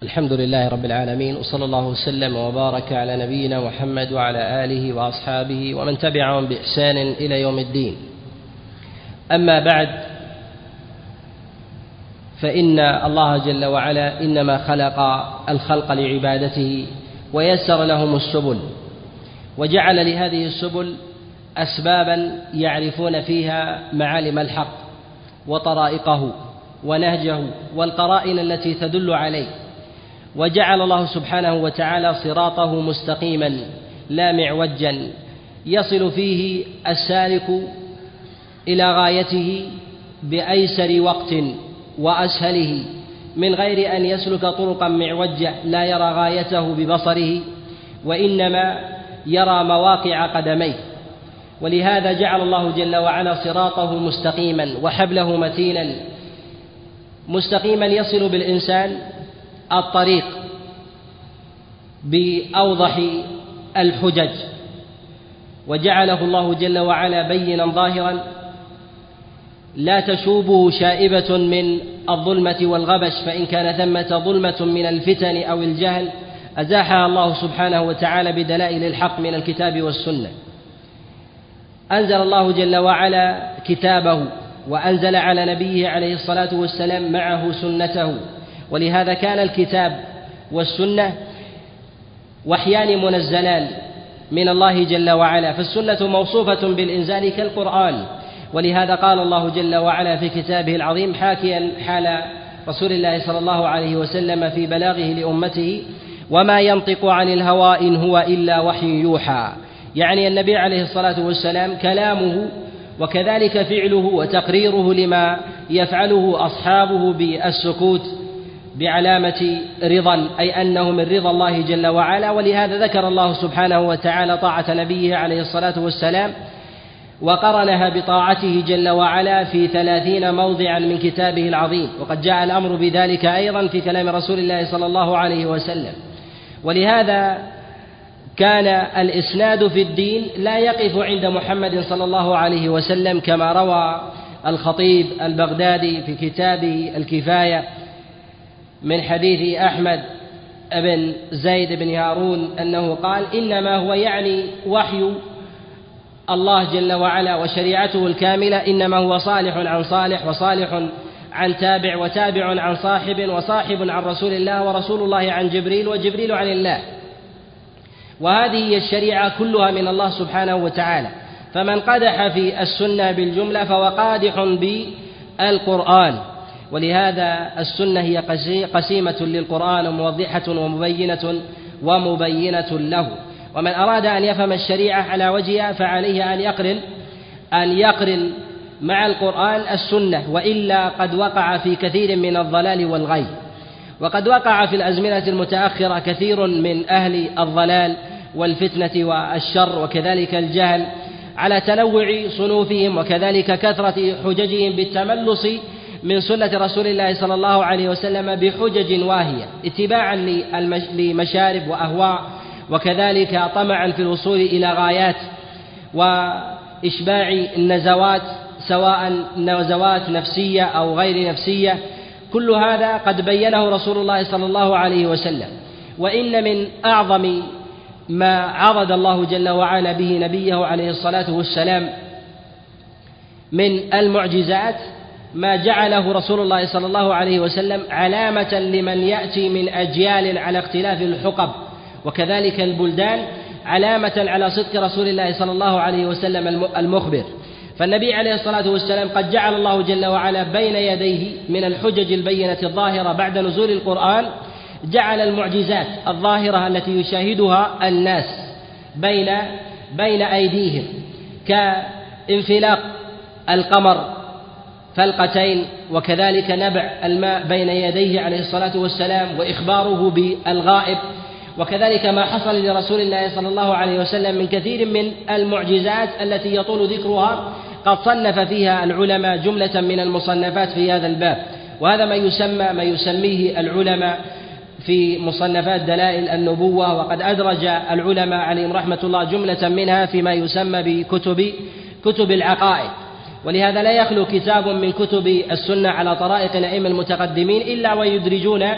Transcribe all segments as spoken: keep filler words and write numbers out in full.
الحمد لله رب العالمين، وصلى الله وسلم وبارك على نبينا محمد وعلى آله وأصحابه ومن تبعهم بإحسان إلى يوم الدين. أما بعد، فإن الله جل وعلا إنما خلق الخلق لعبادته ويسر لهم السبل، وجعل لهذه السبل أسبابا يعرفون فيها معالم الحق وطرائقه ونهجه والقرائن التي تدل عليه، وجعل الله سبحانه وتعالى صراطه مستقيما لا معوجا يصل فيه السالك إلى غايته بأيسر وقت وأسهله، من غير أن يسلك طرقا معوجة لا يرى غايته ببصره وإنما يرى مواقع قدميه. ولهذا جعل الله جل وعلا صراطه مستقيما وحبله متينا مستقيما يصل بالإنسان الطريق بأوضح الحجج، وجعله الله جل وعلا بينا ظاهرا لا تشوبه شائبة من الظلمة والغبش، فإن كان ثمة ظلمة من الفتن أو الجهل أزاحها الله سبحانه وتعالى بدلائل الحق من الكتاب والسنة. أنزل الله جل وعلا كتابه، وأنزل على نبيه عليه الصلاة والسلام معه سنته، ولهذا كان الكتاب والسنة وحيان منزلان من الله جل وعلا، فالسنة موصوفة بالإنزال كالقرآن، ولهذا قال الله جل وعلا في كتابه العظيم حاكيا حال رسول الله صلى الله عليه وسلم في بلاغه لأمته: وما ينطق عن الهوى إن هو إلا وحي يوحى. يعني النبي عليه الصلاة والسلام كلامه وكذلك فعله وتقريره لما يفعله أصحابه بالسكوت بعلامة رضا، أي أنه من رضا الله جل وعلا. ولهذا ذكر الله سبحانه وتعالى طاعة نبيه عليه الصلاة والسلام وقرنها بطاعته جل وعلا في ثلاثين موضعا من كتابه العظيم، وقد جاء الأمر بذلك أيضا في كلام رسول الله صلى الله عليه وسلم. ولهذا كان الإسناد في الدين لا يقف عند محمد صلى الله عليه وسلم، كما روى الخطيب البغدادي في كتابه الكفاية من حديث أحمد بن زيد بن هارون أنه قال: إنما هو يعني وحي الله جل وعلا وشريعته الكاملة، إنما هو صالح عن صالح وصالح عن تابع وتابع عن صاحب وصاحب عن رسول الله ورسول الله عن جبريل وجبريل عن الله. وهذه هي الشريعة كلها من الله سبحانه وتعالى، فمن قدح في السنة بالجملة فهو قادح بالقرآن. ولهذا السنة هي قسيمة للقرآن وموضحة ومبينة ومبينة له، ومن أراد أن يفهم الشريعة على وجهها فعليه أن يقرن أن يقرن مع القرآن السنة، وإلا قد وقع في كثير من الضلال والغي. وقد وقع في الأزمنة المتأخرة كثير من أهل الضلال والفتنة والشر وكذلك الجهل على تنوع صنوفهم وكذلك كثرة حججهم بالتملص من سنة رسول الله صلى الله عليه وسلم بحجج واهية، اتباعا لمشارب وأهواء، وكذلك طمعا في الوصول إلى غايات وإشباع النزوات، سواء نزوات نفسية أو غير نفسية. كل هذا قد بينه رسول الله صلى الله عليه وسلم. وإن من أعظم ما عرض الله جل وعلا به نبيه عليه الصلاة والسلام من المعجزات ما جعله رسول الله صلى الله عليه وسلم علامة لمن يأتي من أجيال على اختلاف الحقب وكذلك البلدان، علامة على صدق رسول الله صلى الله عليه وسلم المخبر. فالنبي عليه الصلاة والسلام قد جعل الله جل وعلا بين يديه من الحجج البينة الظاهرة بعد نزول القرآن، جعل المعجزات الظاهرة التي يشاهدها الناس بين بين أيديهم، كانفلاق القمر فلقتين، وكذلك نبع الماء بين يديه عليه الصلاة والسلام وإخباره بالغائب، وكذلك ما حصل لرسول الله صلى الله عليه وسلم من كثير من المعجزات التي يطول ذكرها. قد صنف فيها العلماء جملة من المصنفات في هذا الباب، وهذا ما يسمى ما يسميه العلماء في مصنفات دلائل النبوة، وقد أدرج العلماء عليهم رحمة الله جملة منها فيما يسمى بكتب كتب العقائد. ولهذا لا يخلو كتاب من كتب السنة على طرائق الأئمة المتقدمين إلا ويدرجون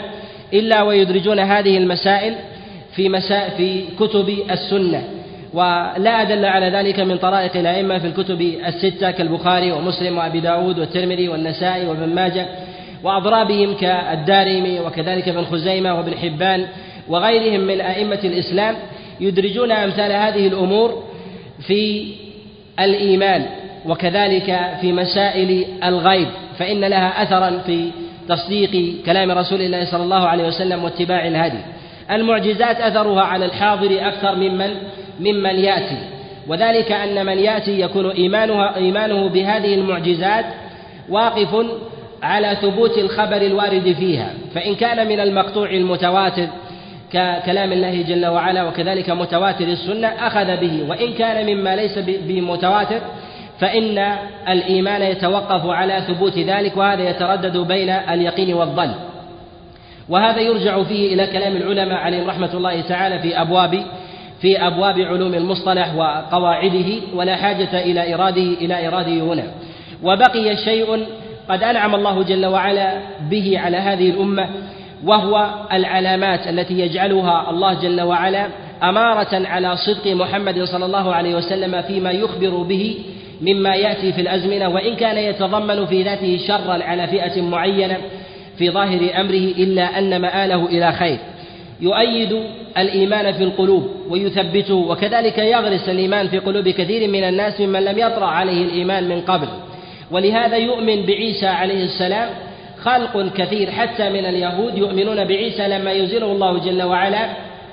إلا ويدرجون هذه المسائل في, مسا... في كتب السنة، ولا أدل على ذلك من طرائق الأئمة في الكتب الستة كالبخاري ومسلم وأبي داود والترمذي والنسائي وابن ماجه وأضرابهم كالدارمي وكذلك ابن خزيمة وابن حبان وغيرهم من أئمة الإسلام، يدرجون أمثال هذه الأمور في الإيمان وكذلك في مسائل الغيب، فإن لها أثرا في تصديق كلام رسول الله صلى الله عليه وسلم واتباع الهدي. المعجزات أثرها على الحاضر أكثر ممن ممن يأتي، وذلك أن من يأتي يكون إيمانه, إيمانه بهذه المعجزات واقف على ثبوت الخبر الوارد فيها، فإن كان من المقطوع المتواتر ككلام الله جل وعلا وكذلك متواتر السنة أخذ به، وإن كان مما ليس بمتواتر فإن الإيمان يتوقف على ثبوت ذلك، وهذا يتردد بين اليقين والظن. وهذا يرجع فيه إلى كلام العلماء عليهم رحمة الله تعالى في أبواب في أبواب علوم المصطلح وقواعده، ولا حاجة إلى إراده إلى إراده هنا. وبقي شيء قد أنعم الله جل وعلا به على هذه الأمة، وهو العلامات التي يجعلها الله جل وعلا أمارة على صدق محمد صلى الله عليه وسلم فيما يخبر به مما يأتي في الأزمنة، وإن كان يتضمن في ذاته شرا على فئة معينة في ظاهر أمره، إلا أن مآله إلى خير. يؤيد الإيمان في القلوب ويثبته، وكذلك يغرس الإيمان في قلوب كثير من الناس ممن لم يطرأ عليه الإيمان من قبل. ولهذا يؤمن بعيسى عليه السلام خلق كثير حتى من اليهود يؤمنون بعيسى لما ينزله الله جل وعلا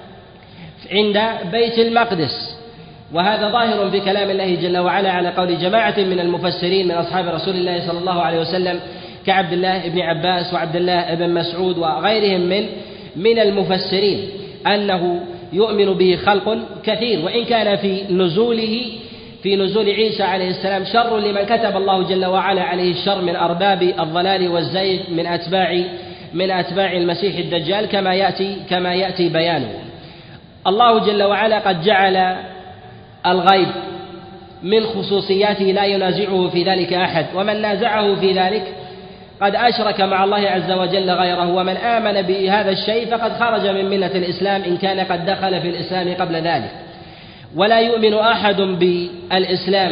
عند بيت المقدس، وهذا ظاهر في كلام الله جل وعلا على قول جماعة من المفسرين من أصحاب رسول الله صلى الله عليه وسلم كعبد الله بن عباس وعبد الله بن مسعود وغيرهم من من المفسرين، أنه يؤمن به خلق كثير، وإن كان في نزوله في نزول عيسى عليه السلام شر لمن كتب الله جل وعلا عليه الشر من أرباب الضلال والزيغ من أتباع من أتباع المسيح الدجال، كما يأتي كما يأتي بيانه. الله جل وعلا قد جعل الغيب من خصوصياته لا ينازعه في ذلك أحد، ومن نازعه في ذلك قد أشرك مع الله عز وجل غيره، ومن آمن بهذا الشيء فقد خرج من ملة الإسلام إن كان قد دخل في الإسلام قبل ذلك. ولا يؤمن أحد بالإسلام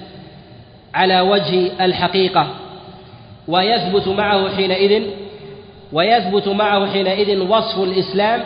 على وجه الحقيقة ويثبت معه حينئذ ويثبت معه حينئذ وصف الإسلام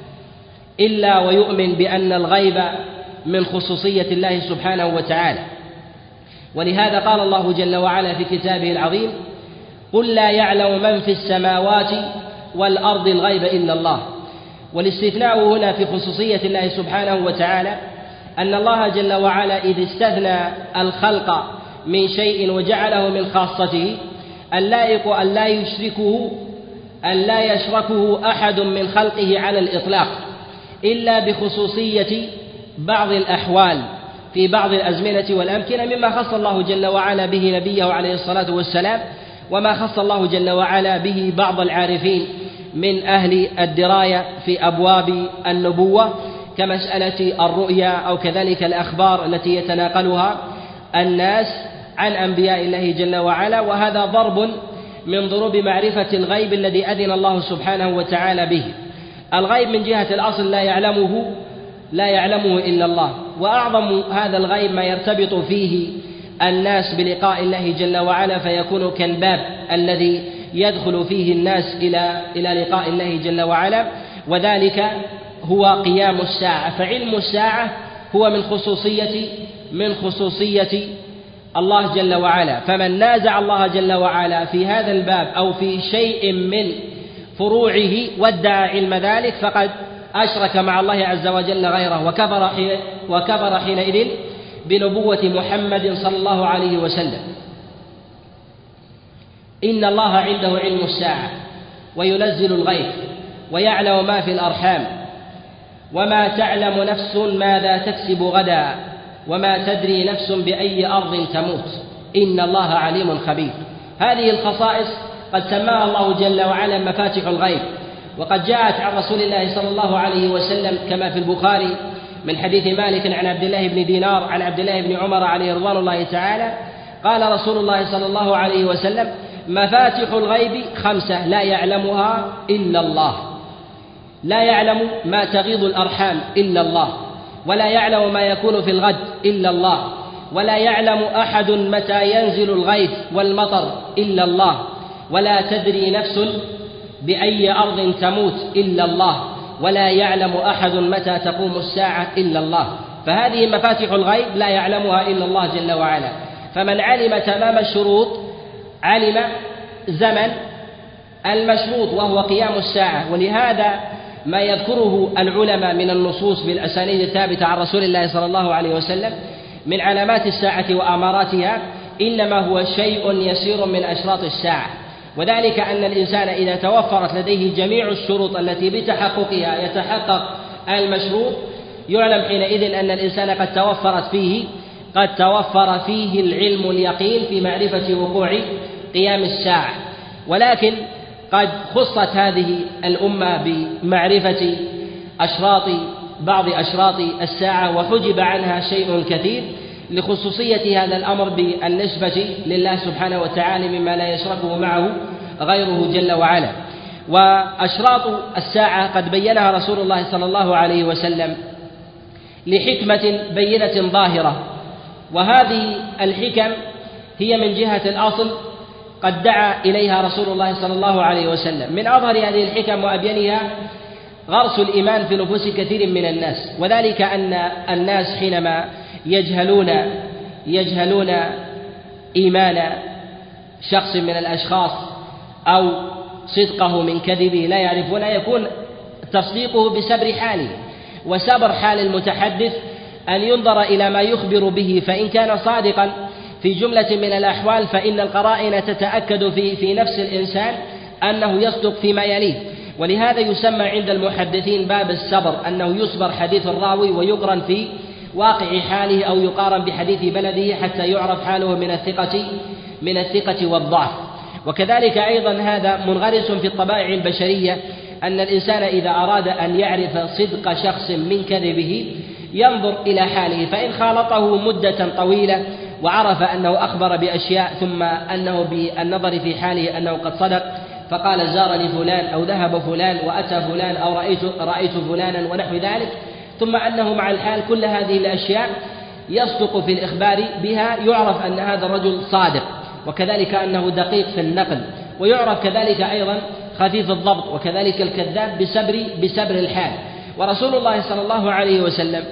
إلا ويؤمن بأن الغيب من خصوصية الله سبحانه وتعالى. ولهذا قال الله جل وعلا في كتابه العظيم: قل لا يعلم من في السماوات والأرض الغيب إلا الله. والاستثناء هنا في خصوصية الله سبحانه وتعالى أن الله جل وعلا إذ استثنى الخلق من شيء وجعله من خاصته اللائق أن لا يشركه أن لا يشركه أحد من خلقه على الإطلاق، إلا بخصوصية بعض الأحوال في بعض الأزمنة والأمكنة مما خص الله جل وعلا به نبيه عليه الصلاة والسلام، وما خص الله جل وعلا به بعض العارفين من أهل الدراية في أبواب النبوة كمسألة الرؤيا أو كذلك الأخبار التي يتناقلها الناس عن أنبياء الله جل وعلا. وهذا ضرب من ضروب معرفة الغيب الذي أذن الله سبحانه وتعالى به. الغيب من جهة الأصل لا يعلمه لا يعلمه إلا الله، وأعظم هذا الغيب ما يرتبط فيه الناس بلقاء الله جل وعلا، فيكون كالباب الذي يدخل فيه الناس إلى إلى لقاء الله جل وعلا، وذلك هو قيام الساعة. فعلم الساعة هو من خصوصية من خصوصية الله جل وعلا، فمن نازع الله جل وعلا في هذا الباب أو في شيء من فروعه وادعى علم ذلك فقد أشرك مع الله عز وجل غيره، وكفر حين وكفر حينئذ بنبوة محمد صلى الله عليه وسلم. إن الله عنده علم الساعة وينزل الغيث ويعلم ما في الأرحام وما تعلم نفس ماذا تكسب غدا وما تدري نفس بأي أرض تموت إن الله عليم خبير. هذه الخصائص قد سماها الله جل وعلا مفاتح الغيب، وقد جاءت عن رسول الله صلى الله عليه وسلم كما في البخاري من حديث مالك عن عبد الله بن دينار عن عبد الله بن عمر عليه رضوان الله تعالى قال رسول الله صلى الله عليه وسلم: مفاتح الغيب خمسة لا يعلمها إلا الله. لا يعلم ما تغيض الأرحام إلا الله، ولا يعلم ما يكون في الغد إلا الله، ولا يعلم أحد متى ينزل الغيث والمطر إلا الله، ولا تدري نفس بأي أرض تموت إلا الله، ولا يعلم أحد متى تقوم الساعة إلا الله. فهذه مفاتيح الغيب لا يعلمها إلا الله جل وعلا. فمن علم تمام الشروط علم زمن المشروط وهو قيام الساعة. ولهذا ما يذكره العلماء من النصوص بالأسانيد الثابتة عن رسول الله صلى الله عليه وسلم من علامات الساعة وأماراتها إنما هو شيء يسير من أشراط الساعة، وذلك أن الإنسان إذا توفرت لديه جميع الشروط التي بتحققها يتحقق المشروط يعلم حينئذ أن الإنسان قد توفرت فيه قد توفر فيه العلم اليقين في معرفة وقوع قيام الساعة. ولكن قد خصت هذه الأمة بمعرفة أشراط بعض أشراط الساعة وحجب عنها شيء كثير لخصوصية هذا الأمر بالنسبة لله سبحانه وتعالى مما لا يشركه معه غيره جل وعلا. وأشراط الساعة قد بينها رسول الله صلى الله عليه وسلم لحكمة بينة ظاهرة، وهذه الحكم هي من جهة الأصل قد دعا إليها رسول الله صلى الله عليه وسلم. من أظهر هذه الحكم وأبينها غرس الإيمان في نفوس كثير من الناس، وذلك أن الناس حينما يجهلون يجهلون إيمان شخص من الأشخاص أو صدقه من كذبه لا يعرفون يكون تصديقه بسبر حاله، وسبر حال المتحدث أن ينظر إلى ما يخبر به، فإن كان صادقا في جملة من الأحوال فإن القرائن تتأكد في, في نفس الإنسان أنه يصدق فيما يليه. ولهذا يسمى عند المحدثين باب السبر، أنه يصبر حديث الراوي ويقرن في واقع حاله أو يقارن بحديث بلده حتى يعرف حاله من الثقة من الثقة والضعف. وكذلك أيضا هذا منغرس في الطبائع البشرية أن الإنسان إذا أراد أن يعرف صدق شخص من كذبه ينظر إلى حاله، فإن خالطه مدة طويلة وعرف أنه أخبر بأشياء ثم أنه بالنظر في حاله أنه قد صدق فقال زارني فلان أو ذهب فلان وأتى فلان أو رأيت, رأيت فلانا ونحو ذلك، ثم أنه مع الحال كل هذه الأشياء يصدق في الإخبار بها، يعرف أن هذا الرجل صادق، وكذلك أنه دقيق في النقل، ويعرف كذلك أيضا خفيف الضبط، وكذلك الكذاب بسبر بسبر الحال. ورسول الله صلى الله عليه وسلم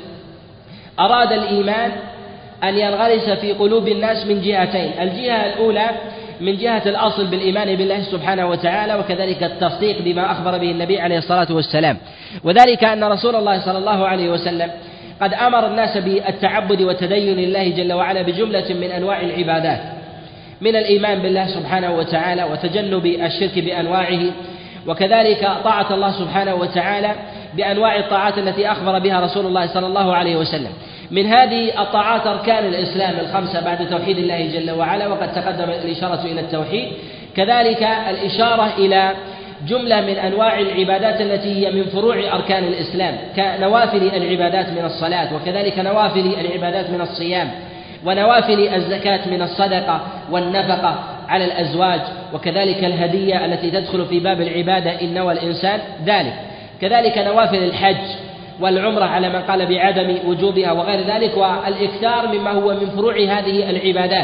أراد الإيمان أن ينغرس في قلوب الناس من جهتين: الجهة الأولى من جهة الأصل بالإيمان بالله سبحانه وتعالى، وكذلك التصديق بما أخبر به النبي عليه الصلاة والسلام، وذلك أن رسول الله صلى الله عليه وسلم قد أمر الناس بالتعبد والتدين لله جل وعلا بجملة من أنواع العبادات، من الإيمان بالله سبحانه وتعالى وتجنب الشرك بأنواعه، وكذلك طاعة الله سبحانه وتعالى بأنواع الطاعات التي أخبر بها رسول الله صلى الله عليه وسلم. من هذه الطاعات أركان الإسلام الخمسة بعد توحيد الله جل وعلا، وقد تقدم الإشارة إلى التوحيد، كذلك الإشارة إلى جملة من أنواع العبادات التي هي من فروع أركان الإسلام كنوافل العبادات من الصلاة، وكذلك نوافل العبادات من الصيام، ونوافل الزكاة من الصدقة والنفقة على الأزواج، وكذلك الهدية التي تدخل في باب العبادة إن نوى الإنسان ذلك، كذلك نوافل الحج والعمرة على من قال بعدم وجوبها وغير ذلك، والإكثار مما هو من فروع هذه العبادات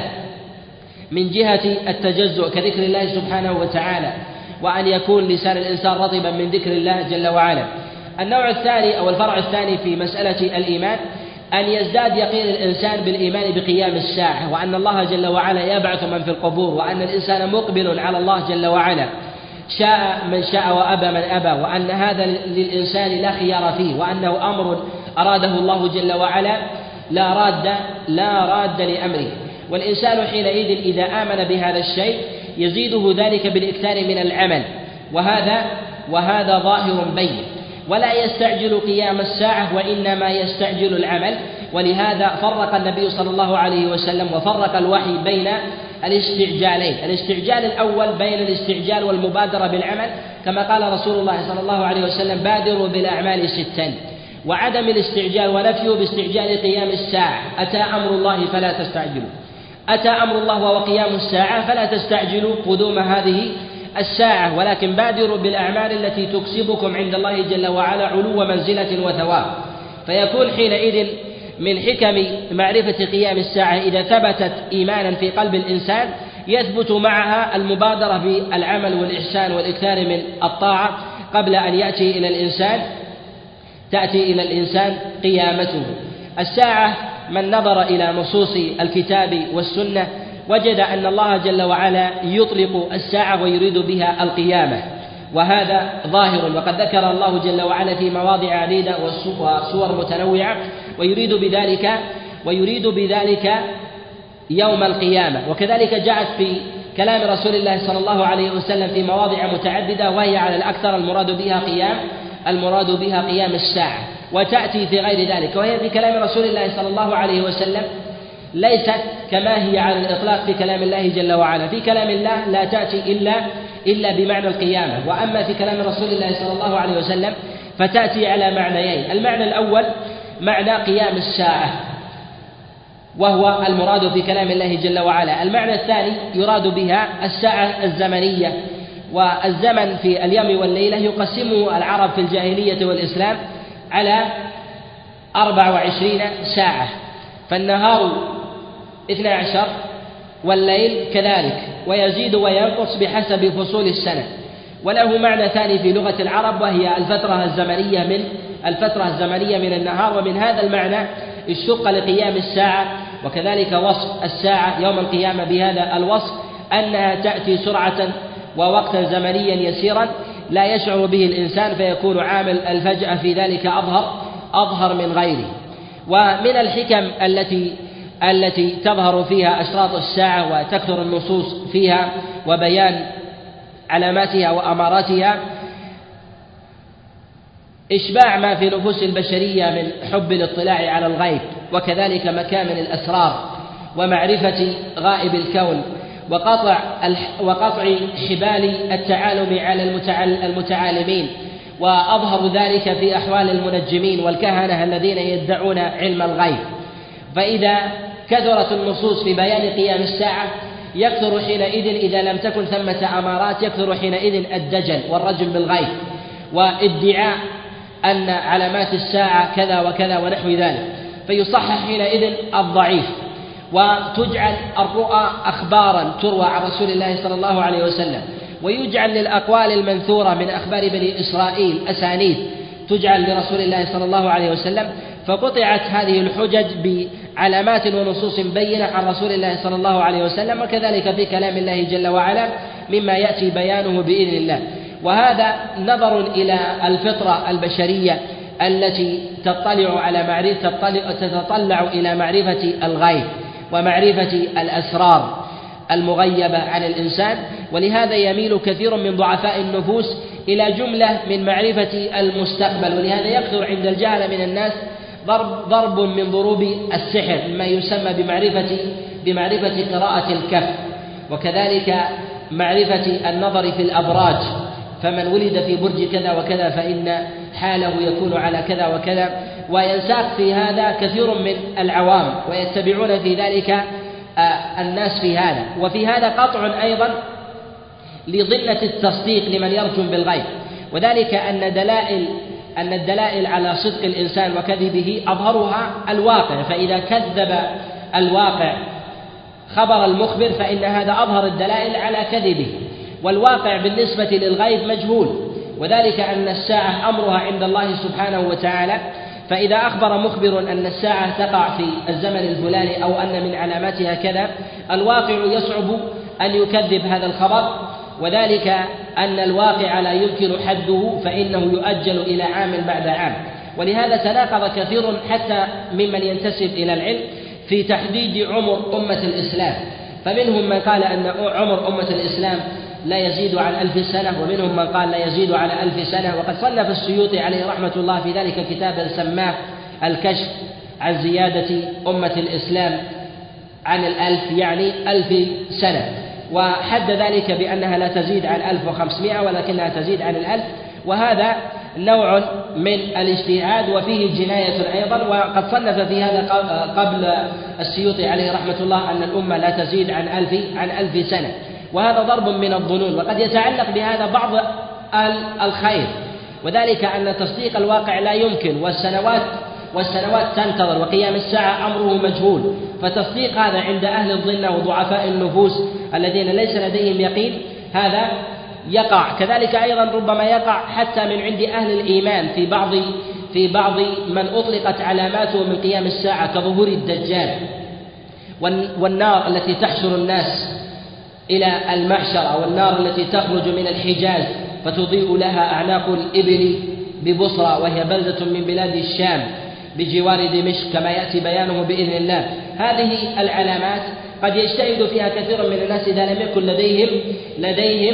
من جهة التجزؤ كذكر الله سبحانه وتعالى، وأن يكون لسان الإنسان رطبا من ذكر الله جل وعلا. النوع الثاني أو الفرع الثاني في مسألة الإيمان أن يزداد يقين الإنسان بالإيمان بقيام الساعة، وأن الله جل وعلا يبعث من في القبور، وأن الإنسان مقبل على الله جل وعلا شاء من شاء وأبى من أبى، وأن هذا للإنسان لا خيار فيه، وأنه أمر أراده الله جل وعلا لا راد لا راد لأمره. والإنسان حينئذ إذا آمن بهذا الشيء يزيده ذلك بالإكثار من العمل، وهذا وهذا ظاهر بين، ولا يستعجل قيام الساعة وإنما يستعجل العمل. ولهذا فرق النبي صلى الله عليه وسلم وفرق الوحي بين الاستعجالين: الاستعجال الأول بين الاستعجال والمبادرة بالعمل، كما قال رسول الله صلى الله عليه وسلم: بادروا بالأعمال ستا، وعدم الاستعجال ونفيه باستعجال قيام الساعة: أتى أمر الله فلا تستعجلوا، أتى أمر الله وهو قيام الساعة فلا تستعجلوا قدوم هذه الساعة، ولكن بادروا بالأعمال التي تكسبكم عند الله جل وعلا علو منزلة وثواب. فيكون حينئذ من حكم معرفة قيام الساعة إذا ثبتت إيمانا في قلب الإنسان يثبت معها المبادرة بالعمل والإحسان والإكثار من الطاعة قبل أن يأتي إلى الإنسان تأتي إلى الإنسان قيامته. الساعة من نظر إلى نصوص الكتاب والسنة وجد أن الله جل وعلا يطلق الساعة ويريد بها القيامة، وهذا ظاهر، وقد ذكر الله جل وعلا في مواضع عديدة وصور متنوعة ويريد بذلك ويريد بذلك يوم القيامة. وكذلك جاءت في كلام رسول الله صلى الله عليه وسلم في مواضع متعددة، وهي على الأكثر المراد بها قيام المراد بها قيام الساعة، وتأتي في غير ذلك، وهي في كلام رسول الله صلى الله عليه وسلم ليست كما هي على الإطلاق في كلام الله جل وعلا. في كلام الله لا تأتي إلا إلا بمعنى القيامة، وأما في كلام رسول الله صلى الله عليه وسلم فتأتي على معنيين: المعنى الأول معنى قيام الساعة وهو المراد في كلام الله جل وعلا، المعنى الثاني يراد بها الساعة الزمنية. والزمن في اليوم والليلة يقسمه العرب في الجاهلية والإسلام على أربع وعشرين ساعة، فالنهار اثنى عشر والليل كذلك، ويزيد وينقص بحسب فصول السنة. وله معنى ثاني في لغة العرب وهي الفترة الزمنية من الفترة الزمنية من النهار، ومن هذا المعنى اشتق لقيام الساعة. وكذلك وصف الساعة يوم القيامة بهذا الوصف أنها تأتي سرعة ووقتا زمنيا يسيرا لا يشعر به الإنسان، فيكون عامل الفجأة في ذلك أظهر أظهر من غيره. ومن الحكم التي التي تظهر فيها أشراط الساعة وتكثر النصوص فيها وبيان علاماتها وأماراتها إشباع ما في نفوس البشرية من حب الاطلاع على الغيب، وكذلك مكامن الأسرار ومعرفة غائب الكون، وقطع وقطع حبال التعالم على المتعالمين، وأظهر ذلك في أحوال المنجمين والكهنة الذين يدعون علم الغيب. فإذا كثرت النصوص في بيان قيام الساعة يكثر حينئذ، إذا لم تكن ثمة أمارات، يكثر حينئذ الدجل والرجل بالغيب وادعاء أن علامات الساعة كذا وكذا ونحو ذلك، فيصحح حينئذ الضعيف، وتجعل الرؤى أخبارا تروى عن رسول الله صلى الله عليه وسلم، ويجعل للأقوال المنثورة من أخبار بني إسرائيل أسانيد تجعل لرسول الله صلى الله عليه وسلم. فقطعت هذه الحجج بعلامات ونصوص بينة عن رسول الله صلى الله عليه وسلم، وكذلك في كلام الله جل وعلا مما يأتي بيانه بإذن الله. وهذا نظر إلى الفطرة البشرية التي تطلع على معرفة تتطلع إلى معرفة الغيب ومعرفة الأسرار المغيبة عن الإنسان، ولهذا يميل كثير من ضعفاء النفوس إلى جملة من معرفة المستقبل. ولهذا يكثر عند الجهل من الناس ضرب, ضرب من ضروب السحر ما يسمى بمعرفة بمعرفة قراءة الكف، وكذلك معرفة النظر في الأبراج، فمن ولد في برج كذا وكذا فإن حاله يكون على كذا وكذا، وينساق في هذا كثير من العوام ويتبعون في ذلك الناس في هذا. وفي هذا قطع أيضا لضمنة التصديق لمن يرجم بالغيب، وذلك أن دلائل أن الدلائل على صدق الإنسان وكذبه أظهرها الواقع، فإذا كذب الواقع خبر المخبر فإن هذا أظهر الدلائل على كذبه، والواقع بالنسبة للغيب مجهول، وذلك أن الساعة أمرها عند الله سبحانه وتعالى، فإذا أخبر مخبر أن الساعة تقع في الزمن الفلاني أو أن من علاماتها كذا، الواقع يصعب أن يكذب هذا الخبر، وذلك أن الواقع لا يمكن حده فإنه يؤجل إلى عام بعد عام. ولهذا تناقض كثير حتى ممن ينتسب إلى العلم في تحديد عمر أمة الإسلام، فمنهم من قال أن عمر أمة الإسلام لا يزيد عن ألف سنة، ومنهم من قال لا يزيد على ألف سنة. وقد صنف السيوطي عليه رحمة الله في ذلك كتابا سماه الكشف عن زيادة أمة الإسلام عن الألف، يعني ألف سنة، وحد ذلك بأنها لا تزيد عن ألف وخمسمائة ولكنها تزيد عن الألف، وهذا نوع من الاجتهاد وفيه جناية أيضا. وقد صنف في هذا قبل السيوطي عليه رحمة الله أن الأمة لا تزيد عن ألف عن ألف سنة. وهذا ضرب من الظنون، وقد يتعلق بهذا بعض الخير، وذلك أن تصديق الواقع لا يمكن، والسنوات والسنوات تنتظر، وقيام الساعة أمره مجهول، فتصديق هذا عند أهل الظن وضعفاء النفوس الذين ليس لديهم يقين هذا يقع. كذلك أيضا ربما يقع حتى من عند أهل الإيمان في بعض في بعض من أطلقت علاماته من قيام الساعة كظهور الدجال والنار التي تحشر الناس إلى المحشر، أو النار التي تخرج من الحجاز فتضيء لها أعناق الإبل ببصرى، وهي بلدة من بلاد الشام بجوار دمشق كما يأتي بيانه بإذن الله. هذه العلامات قد يجتهد فيها كثير من الناس إذا لم يكن لديهم لديهم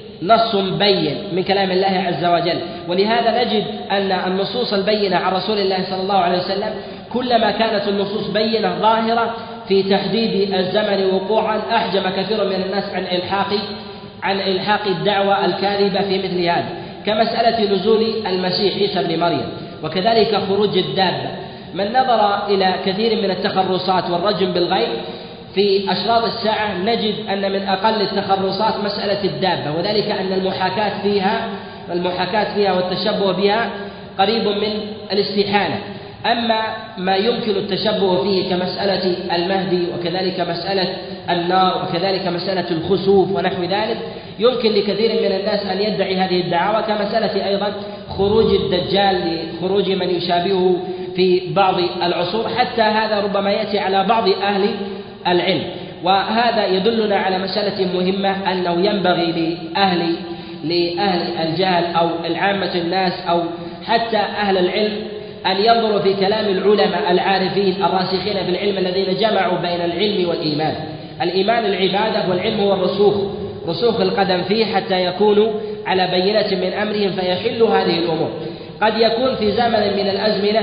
نص بين من كلام الله عز وجل، ولهذا نجد أن النصوص البينة عن رسول الله صلى الله عليه وسلم كلما كانت النصوص بينة ظاهرة في تحديد الزمن وقوعا أحجم كثير من الناس عن إلحاق عن إلحاق الدعوة الكاذبة في مثل هذا، كمسألة نزول المسيح عيسى بن مريم، وكذلك خروج الدابة. من نظر إلى كثير من التخرصات والرجم بالغيب في أشراط الساعة نجد أن من أقل التخرصات مسألة الدابة، وذلك أن المحاكاة فيها المحاكاة فيها والتشبه بها قريب من الاستحالة. أما ما يمكن التشبه فيه كمسألة المهدي، وكذلك مسألة النار، وكذلك مسألة الخسوف ونحو ذلك، يمكن لكثير من الناس أن يدعي هذه الدعاوى، كمسألة أيضا خروج الدجال لخروج من يشابهه في بعض العصور. حتى هذا ربما يأتي على بعض أهل العلم، وهذا يدلنا على مسألة مهمة، أنه ينبغي لأهل لأهل الجهل أو العامة الناس أو حتى أهل العلم أن ينظروا في كلام العلماء العارفين الراسخين في العلم الذين جمعوا بين العلم والإيمان. الإيمان العبادة، والعلم هو الرسوخ رسوخ القدم فيه حتى يكونوا على بينة من أمرهم فيحل هذه الأمور. قد يكون في زمن من الأزمنة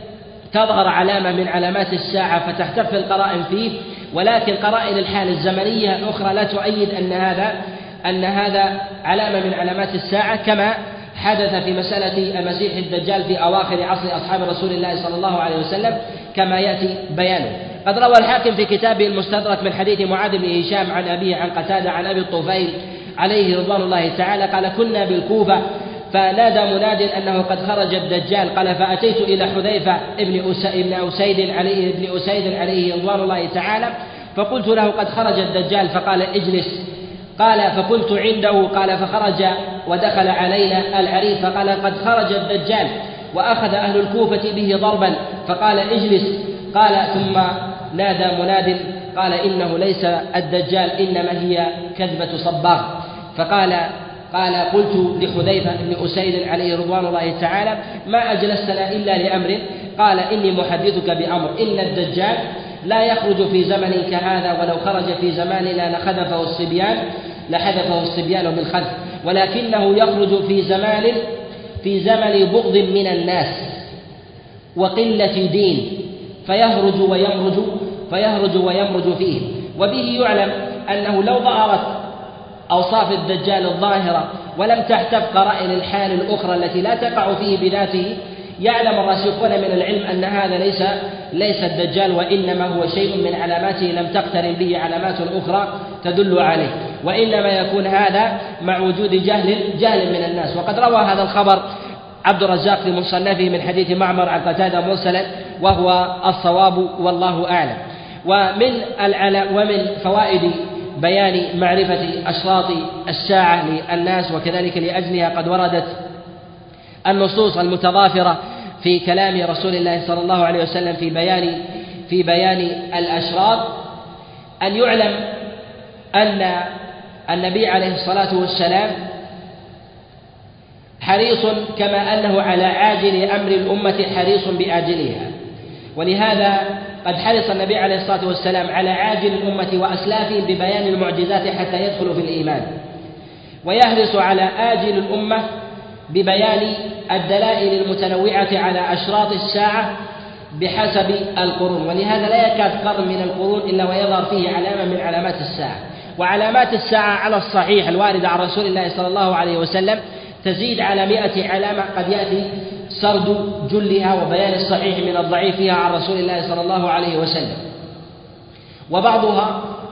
تظهر علامة من علامات الساعة فتختفي القرائن فيه، ولكن قرائن الحال الزمنية الأخرى لا تؤيد أن هذا أن هذا علامة من علامات الساعة، كما حدث في مسألة المسيح الدجال في أواخر عصر أصحاب رسول الله صلى الله عليه وسلم كما يأتي بيانه. قد روى الحاكم في كتابه المستدرك من حديث معاذ بن هشام عن أبيه عن قتادة عن أبي الطفيل عليه رضوان الله تعالى قال: كنا بالكوفة فنادى مناد أنه قد خرج الدجال، قال: فأتيت إلى حذيفة ابن أسيد عليه ابن أسيد عليه رضوان الله تعالى فقلت له: قد خرج الدجال، فقال: اجلس. قال: فكنت عنده، قال: فخرج ودخل علينا العريس فقال: قد خرج الدجال، وأخذ أهل الكوفة به ضربا، فقال: اجلس. قال: ثم نادى مناد قال: إنه ليس الدجال، إنما هي كذبة صباغ. فقال قال قلت لحذيفة بن أسيد عليه رضوان الله تعالى: ما أجلستنا إلا لأمر؟ قال: إني محدثك بأمر، إن الدجال لا يخرج في زمن كهذا، ولو خرج في زماننا لخذفه الصبيان لحذفه الصبيان بالخذف، ولكنه يخرج في زمان في زمن بغض من الناس وقلة دين، فيهرج ويمرج فيهرج ويمرج فيه. وبه يعلم أنه لو ظهرت أوصاف الدجال الظاهرة ولم تحتف قرائن الحال الأخرى التي لا تقع فيه بذاته، يعلم الراسخون من العلم أن هذا ليس ليس الدجال، وإنما هو شيء من علاماته لم تقترن به علامات أخرى تدل عليه، وإنما يكون هذا مع وجود جهل جهل من الناس. وقد روى هذا الخبر عبد الرزاق في مصنفه من حديث معمر عن قتادة مرسلا، وهو الصواب والله أعلم. ومن ومن فوائد بيان معرفة أشراط الساعة للناس وكذلك لأجلها قد وردت النصوص المتضافرة في كلام رسول الله صلى الله عليه وسلم في بيان في بيان الأشراط، أن يعلم أن النبي عليه الصلاة والسلام حريص كما أنه على عاجل أمر الأمة حريص بآجلها، ولهذا قد حرص النبي عليه الصلاة والسلام على عاجل الأمة وأسلافهم ببيان المعجزات حتى يدخلوا في الإيمان، ويحرص على آجل الأمة ببيان الدلائل المتنوعة على أشراط الساعة بحسب القرون، ولهذا لا يكاد قرن من القرون إلا ويظهر فيه علامة من علامات الساعة. وعلامات الساعة على الصحيح الواردة عن رسول الله صلى الله عليه وسلم تزيد على مئة علامة، قد يأتي سرد جلها وبيان الصحيح من الضعيف فيها عن رسول الله صلى الله عليه وسلم. وبعضها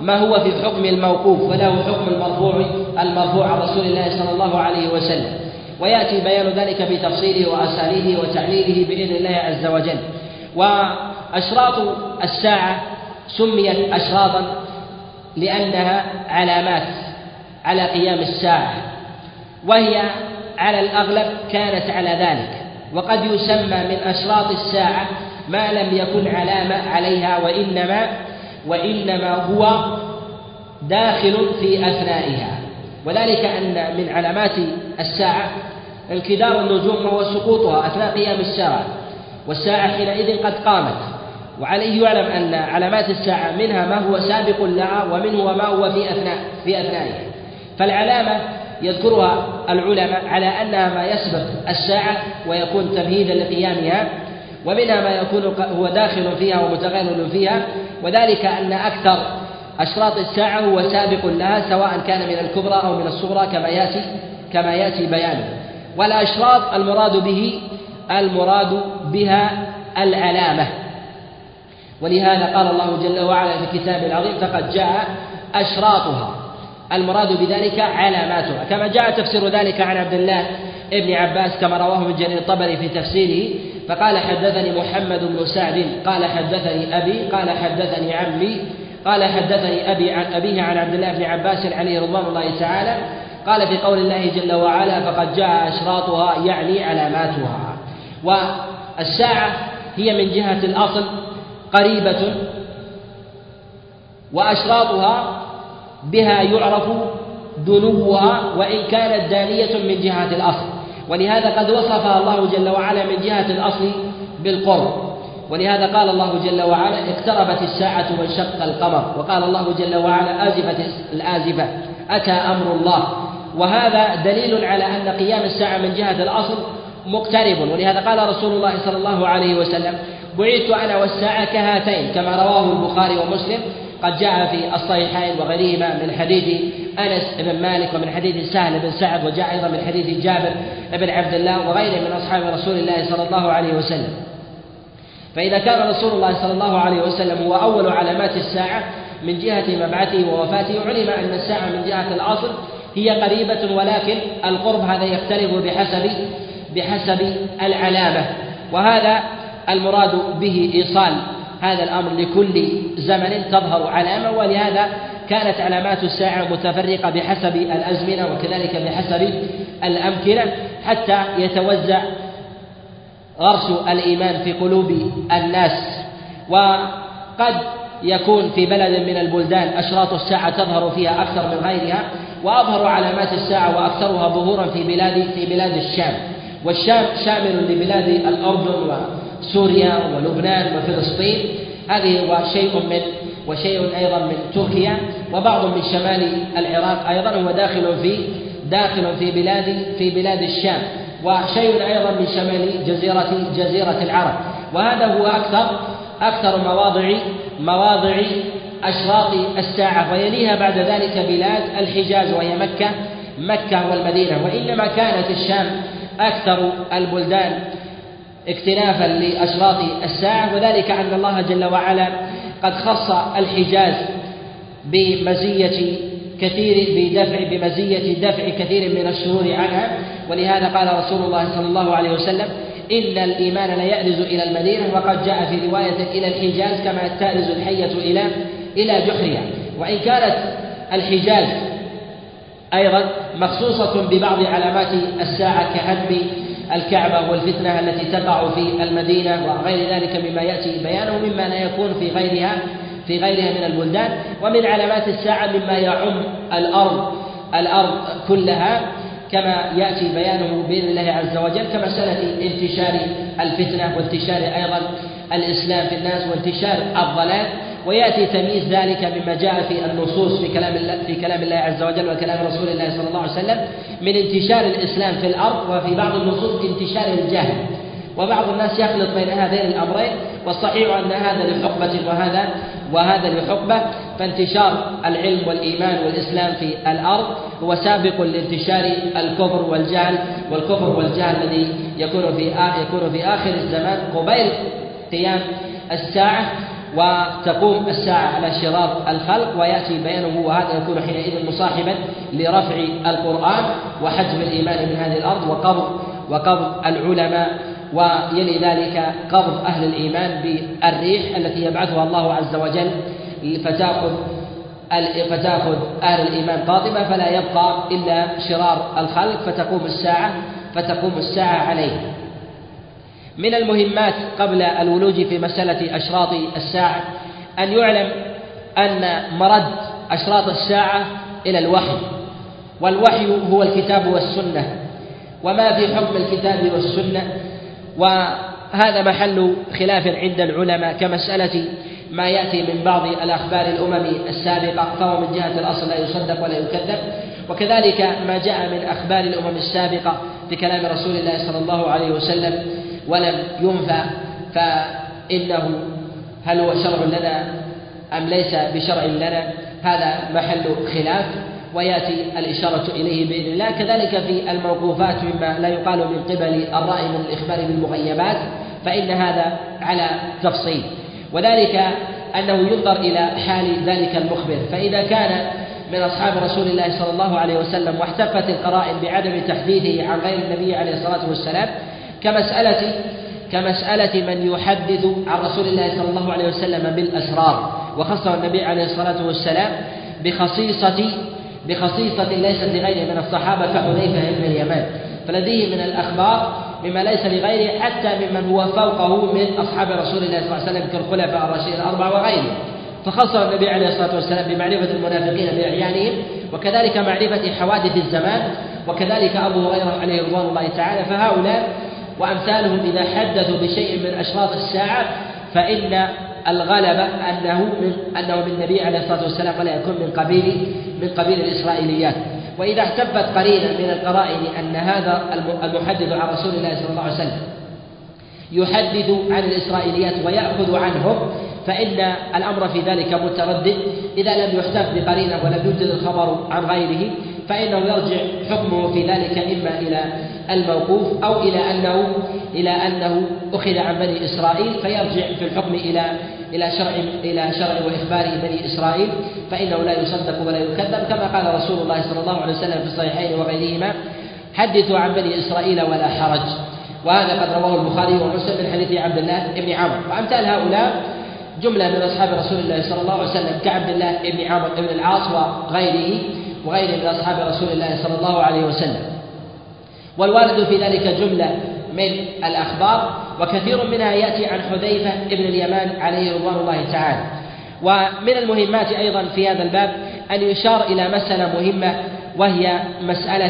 ما هو في حكم الموقوف وله حكم المرفوع المرفوع عن رسول الله صلى الله عليه وسلم، ويأتي بيان ذلك بتفصيله وأساليبه وتعليله بإذن الله عز وجل. وأشراط الساعة سميت أشراطا لأنها علامات على قيام الساعة، وهي على الأغلب كانت على ذلك. وقد يسمى من أشراط الساعة ما لم يكن علامة عليها، وإنما وإنما هو داخل في أثنائها، وذلك أن من علامات الساعة انكدار النجوم وهو سقوطها أثناء قيام الساعة، والساعة حينئذ قد قامت. وعليه يعلم أن علامات الساعة منها ما هو سابق لها ومنه ما هو في أثناء في أثنائها. فالعلامة يذكرها العلماء على أنها ما يسبق الساعة ويكون تمهيدا لقيامها، ومنها ما يكون هو داخل فيها ومتغير فيها، وذلك أن أكثر أشراط الساعة هو سابق لها سواء كان من الكبرى أو من الصغرى كما يأتي كما يأتي بيانه. والأشراط المراد به المراد بها العلامة، ولهذا قال الله جل وعلا في كتابه العظيم: فقد جاء أشراطها، المراد بذلك علاماتها، كما جاء تفسير ذلك عن عبد الله ابن عباس كما رواه ابن جرير الطبري في تفسيره، فقال: حدثني محمد بن سعد قال حدثني أبي قال حدثني عمي قال حدثني أبي عن أبيه عن عبد الله بن عباس عليه رضوان الله تعالى، قال في قول الله جل وعلا: فقد جاء أشراطها، يعني علاماتها. والساعة هي من جهة الأصل قريبة، وأشراطها بها يعرف دنوها وإن كانت دانية من جهة الأصل، ولهذا قد وصفها الله جل وعلا من جهة الأصل بالقرب. ولهذا قال الله جل وعلا: اقتربت الساعة وانشق القمر، وقال الله جل وعلا: آزفت الآزفة أتى أمر الله. وهذا دليل على أن قيام الساعة من جهة الأصل مقترب. ولهذا قال رسول الله صلى الله عليه وسلم: بعثت أنا والساعة كهاتين، كما رواه البخاري ومسلم. قد جاء في الصحيحين وغيرهما من حديث أنس بن مالك ومن حديث سهل بن سعد، وجاء أيضا من حديث جابر بن عبد الله وغيره من أصحاب رسول الله صلى الله عليه وسلم. فإذا كان رسول الله صلى الله عليه وسلم هو أول علامات الساعة من جهة مبعثه ووفاته، علم أن الساعة من جهة الأصل هي قريبة، ولكن القرب هذا يختلف بحسب بحسب العلامة، وهذا المراد به إيصال هذا الأمر لكل زمن تظهر علامة. ولهذا كانت علامات الساعة متفرقة بحسب الأزمنة وكذلك بحسب الأمكنة، حتى يتوزع غرس الإيمان في قلوب الناس. وقد يكون في بلد من البلدان أشراط الساعة تظهر فيها أكثر من غيرها، وأظهر علامات الساعة وأكثرها ظهورا في بلاد في بلاد الشام، والشام شامل لبلاد الأردن وسوريا ولبنان وفلسطين، هذه وشيء من وشيء أيضا من تركيا، وبعض من شمال العراق أيضا هو داخل في داخل في بلاد في بلاد الشام، وشيء أيضا من شمال جزيرة جزيرة العرب. وهذا هو أكثر أكثر مواضع مواضع أشراط الساعة، ويليها بعد ذلك بلاد الحجاز وهي مكة مكة والمدينة. وإنما كانت الشام أكثر البلدان اكتنافا لأشراط الساعة، وذلك أن الله جل وعلا قد خص الحجاز بمزية كثير بدفع بمزية دفع كثير من الشرور عنها. ولهذا قال رسول الله صلى الله عليه وسلم: إن الإيمان ليأرز إلى المدينة، وقد جاء في رواية إلى الحجاز كما تأرز الحية إلى إلى جحرها. وإن كانت الحجاز أيضا مخصوصة ببعض علامات الساعة كهدم الكعبة والفتنة التي تقع في المدينة وغير ذلك مما يأتي بيانه مما لا يكون في غيرها في غيرها من البلدان. ومن علامات الساعة مما يعم الأرض الأرض كلها كما يأتي بيانه بإذن الله عز وجل، كمسألة انتشار الفتنة وانتشار أيضا الإسلام في الناس وانتشار الضلال. ويأتي تمييز ذلك مما جاء في النصوص في كلام الله في كلام الله عز وجل وكلام رسول الله صلى الله عليه وسلم من انتشار الإسلام في الأرض، وفي بعض النصوص انتشار الجهل. وبعض الناس يخلط بين هذين الأمرين، والصحيح أن هذا لحقبة وهذا وهذا لحقبة. فانتشار العلم والإيمان والإسلام في الأرض هو سابق لانتشار الكفر والجهل، والكفر والجهل الذي يكون في يكون في آخر الزمان قبيل قيام الساعة. وتقوم الساعة على شرار الخلق ويأتي بيانه، وهذا يكون حينئذ مصاحبا لرفع القرآن وحجب الإيمان من هذه الأرض وقبض وقبض العلماء، ويلي ذلك قبض أهل الإيمان بالريح التي يبعثها الله عز وجل فتأخذ فتأخذ أهل الإيمان قاطبة، فلا يبقى إلا شرار الخلق فتقوم الساعة فتقوم الساعة عليه. من المهمات قبل الولوج في مسألة أشراط الساعة أن يعلم أن مرد أشراط الساعة إلى الوحي، والوحي هو الكتاب والسنة، وما في حكم الكتاب والسنة، وهذا محل خلاف عند العلماء كمسألة ما يأتي من بعض الأخبار الأمم السابقة فهو من جهة الأصل لا يصدق ولا يكذب، وكذلك ما جاء من أخبار الأمم السابقة في كلام رسول الله صلى الله عليه وسلم ولم ينفى فإنه هل هو شرع لنا أم ليس بشرع لنا، هذا محل خلاف ويأتي الإشارة إليه بإذن الله. كذلك في الموقوفات مما لا يقال من قبل الرأي من الإخبار بالمغيبات فإن هذا على تفصيل، وذلك أنه ينظر إلى حال ذلك المخبر، فإذا كان من أصحاب رسول الله صلى الله عليه وسلم واحتفت القرائن بعدم تحديثه عن غير النبي عليه الصلاة والسلام كمسألة كمسألة من يحدث عن رسول الله صلى الله عليه وسلم بالأسرار، وخصه النبي عليه الصلاة والسلام بخصيصة بخصيصة ليست لغيره من الصحابة كحذيفة بن اليمان، فلديه من الأخبار مما ليس لغيره حتى ممن هو فوقه من أصحاب رسول الله صلى الله عليه وسلم كالخلفاء الراشدين الأربعة وغيرهم، فخصه النبي عليه الصلاة والسلام بمعرفة المنافقين بأعيانهم، وكذلك معرفة حوادث الزمان، وكذلك أبو هريرة عليه رضوان الله تعالى. فهؤلاء وأمثالهم إذا حدثوا بشيء من أشراط الساعة فإن الغلب أنه من أنه من النبي عليه الصلاة والسلام ولا يكون من قبيل من قبيل الإسرائيليات. وإذا احتفت قرينة من القرائن أن هذا المحدث عن رسول الله صلى الله عليه وسلم يحدث عن الإسرائيليات ويأخذ عنهم فإن الأمر في ذلك متردد، إذا لم يحتف بقرينة ولم يوجد الخبر عن غيره فإنه يرجع حكمه في ذلك إما إلى الموقوف أو إلى أنه إلى أنه أخذ عن بني إسرائيل فيرجع في الحكم إلى إلى شرع إلى شرع وإخبار بني إسرائيل، فإنه لا يصدق ولا يكذب، كما قال رسول الله صلى الله عليه وسلم في الصحيحين وغيرهما: حدثوا عن بني إسرائيل ولا حرج. وهذا قد رواه البخاري ومسلم من حديث عبد الله بن عمرو. وأمثال هؤلاء جملة من أصحاب رسول الله صلى الله عليه وسلم كعبد الله بن عمرو بن العاص وغيره وغيره من أصحاب رسول الله صلى الله عليه وسلم. والوارد في ذلك جملة من الأخبار، وكثير منها يأتي عن حذيفة بن اليمان عليه رضوان الله تعالى. ومن المهمات أيضا في هذا الباب أن يشار إلى مسألة مهمة، وهي مسألة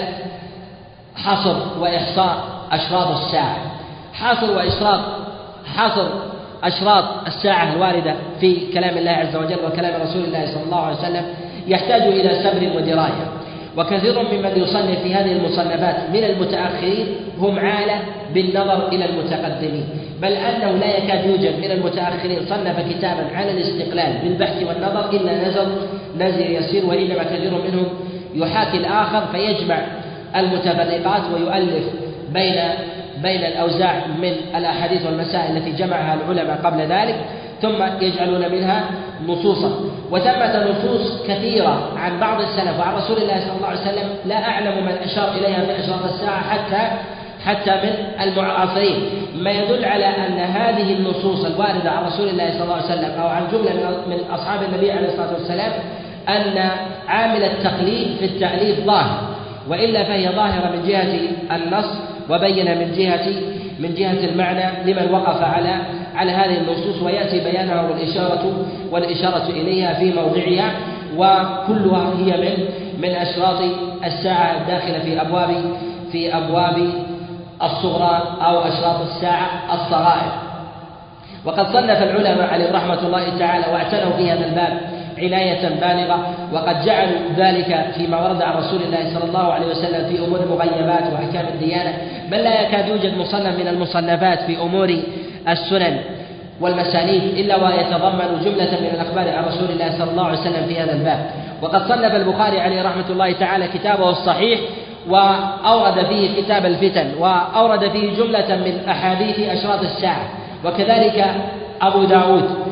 حصر وإحصاء أشراط الساعة. حصر وإشراط حصر أشراط الساعة الواردة في كلام الله عز وجل وكلام رسول الله صلى الله عليه وسلم يحتاج إلى صبر ودراية، وكثير ممن يصنف في هذه المصنفات من المتأخرين هم عالة بالنظر إلى المتقدمين، بل أنه لا يكاد يوجد من المتأخرين صنف كتابا على الاستقلال بالبحث والنظر إلا نزل نزل يسير، وإنما كثير منهم يحاكي الآخر فيجمع المتفرقات ويؤلف بين بين الأوزاع من الأحاديث والمسائل التي جمعها العلماء قبل ذلك، ثم يجعلون منها نصوصا. وثمة نصوص كثيرة عن بعض السلف وعن رسول الله صلى الله عليه وسلم لا أعلم من أشار إليها في أشراط الساعة حتى حتى من المعاصرين، ما يدل على أن هذه النصوص الواردة عن رسول الله صلى الله عليه وسلم أو عن جملة من أصحاب النبي عليه الصلاة والسلام أن عامل التقليد في التأليف ظاهر، وإلا فهي ظاهرة من جهة النص وبين من جهة من جهة المعنى لمن وقف على على هذه النصوص، ويأتي بيانها والإشارة والإشارة إليها في موضعها، وكلها هي من من أشراط الساعة الداخلة في أبواب في أبواب الصغرى أو أشراط الساعة الصغائر. وقد صنف العلماء عليهم رحمة الله تعالى واعتنوا في هذا الباب عناية بالغة، وقد جعلوا ذلك فيما ورد عن رسول الله صلى الله عليه وسلم في أمور المغيبات وأحكام الديانة، بل لا يكاد يوجد مصنف من المصنفات في أمور السنن والمسانيد إلا ويتضمن جملة من الأخبار عن رسول الله صلى الله عليه وسلم في هذا الباب. وقد صنف البخاري عليه رحمة الله تعالى كتابه الصحيح وأورد فيه كتاب الفتن، وأورد فيه جملة من أحاديث أشراط الساعة، وكذلك أبو داود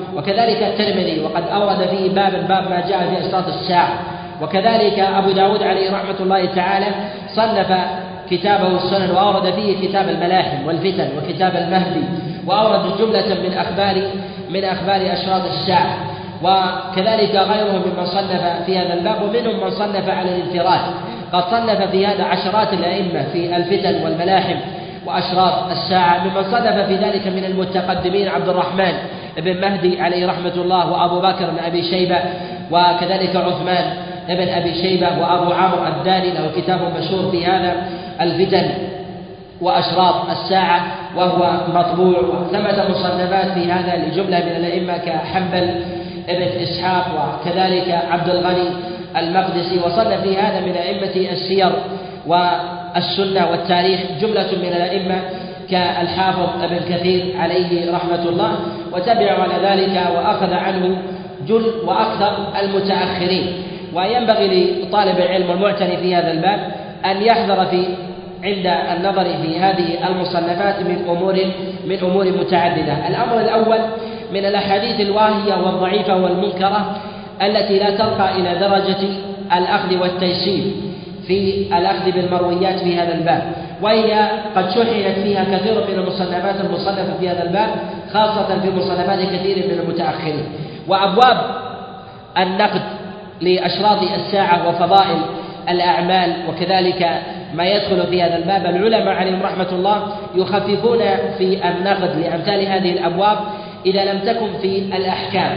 وكذلك الترمذي وقد أورد فيه باب باب ما جاء في أشراط الساعة. وكذلك أبو داود عليه رحمة الله تعالى صنف كتابه السنن وأورد فيه كتاب الملاحم والفتن وكتاب المهدي، وأورد جملة من أخبار من أخبار أشراط الساعة. وكذلك غيرهم ممن صنف في هذا الباب، ومنهم من صنف على الانفراد، قد صنف في هذا عشرات الأئمة في الفتن والملاحم وأشراط الساعة. ممن صنف في ذلك من المتقدمين عبد الرحمن بن مهدي عليه رحمة الله، وأبو بكر بن أبي شيبة، وكذلك عثمان بن أبي شيبة، وأبو عمرو الداني له كتاب مشهور في هذا الفتن وأشراط الساعة وهو مطبوع. وثمة مصنفات في هذا لجملة من الأئمة كحنبل ابن إسحاق، وكذلك عبد الغني المقدسي. وصنف في هذا من أئمة السير والسنة والتاريخ جملة من الأئمة كالحافظ ابن كثير عليه رحمة الله، وتبع على ذلك وأخذ عنه جل وأكثر المتأخرين. وينبغي لطالب العلم المعتني في هذا الباب أن يحذر في عند النظر في هذه المصنفات من أمور من أمور متعددة. الأمر الأول من الأحاديث الواهية والضعيفة والمنكرة التي لا ترقى إلى درجة الأخذ والتيسير في الأخذ بالمرويات في هذا الباب، وهي قد شحنت فيها كثير من المصنفات المصنفة في هذا الباب، خاصة في مصنفات كثير من المتأخرين. وأبواب النقد لأشراط الساعة وفضائل الأعمال وكذلك ما يدخل في هذا الباب، العلماء عليهم رحمة الله يخففون في النقد لأمثال هذه الأبواب إذا لم تكن في الأحكام.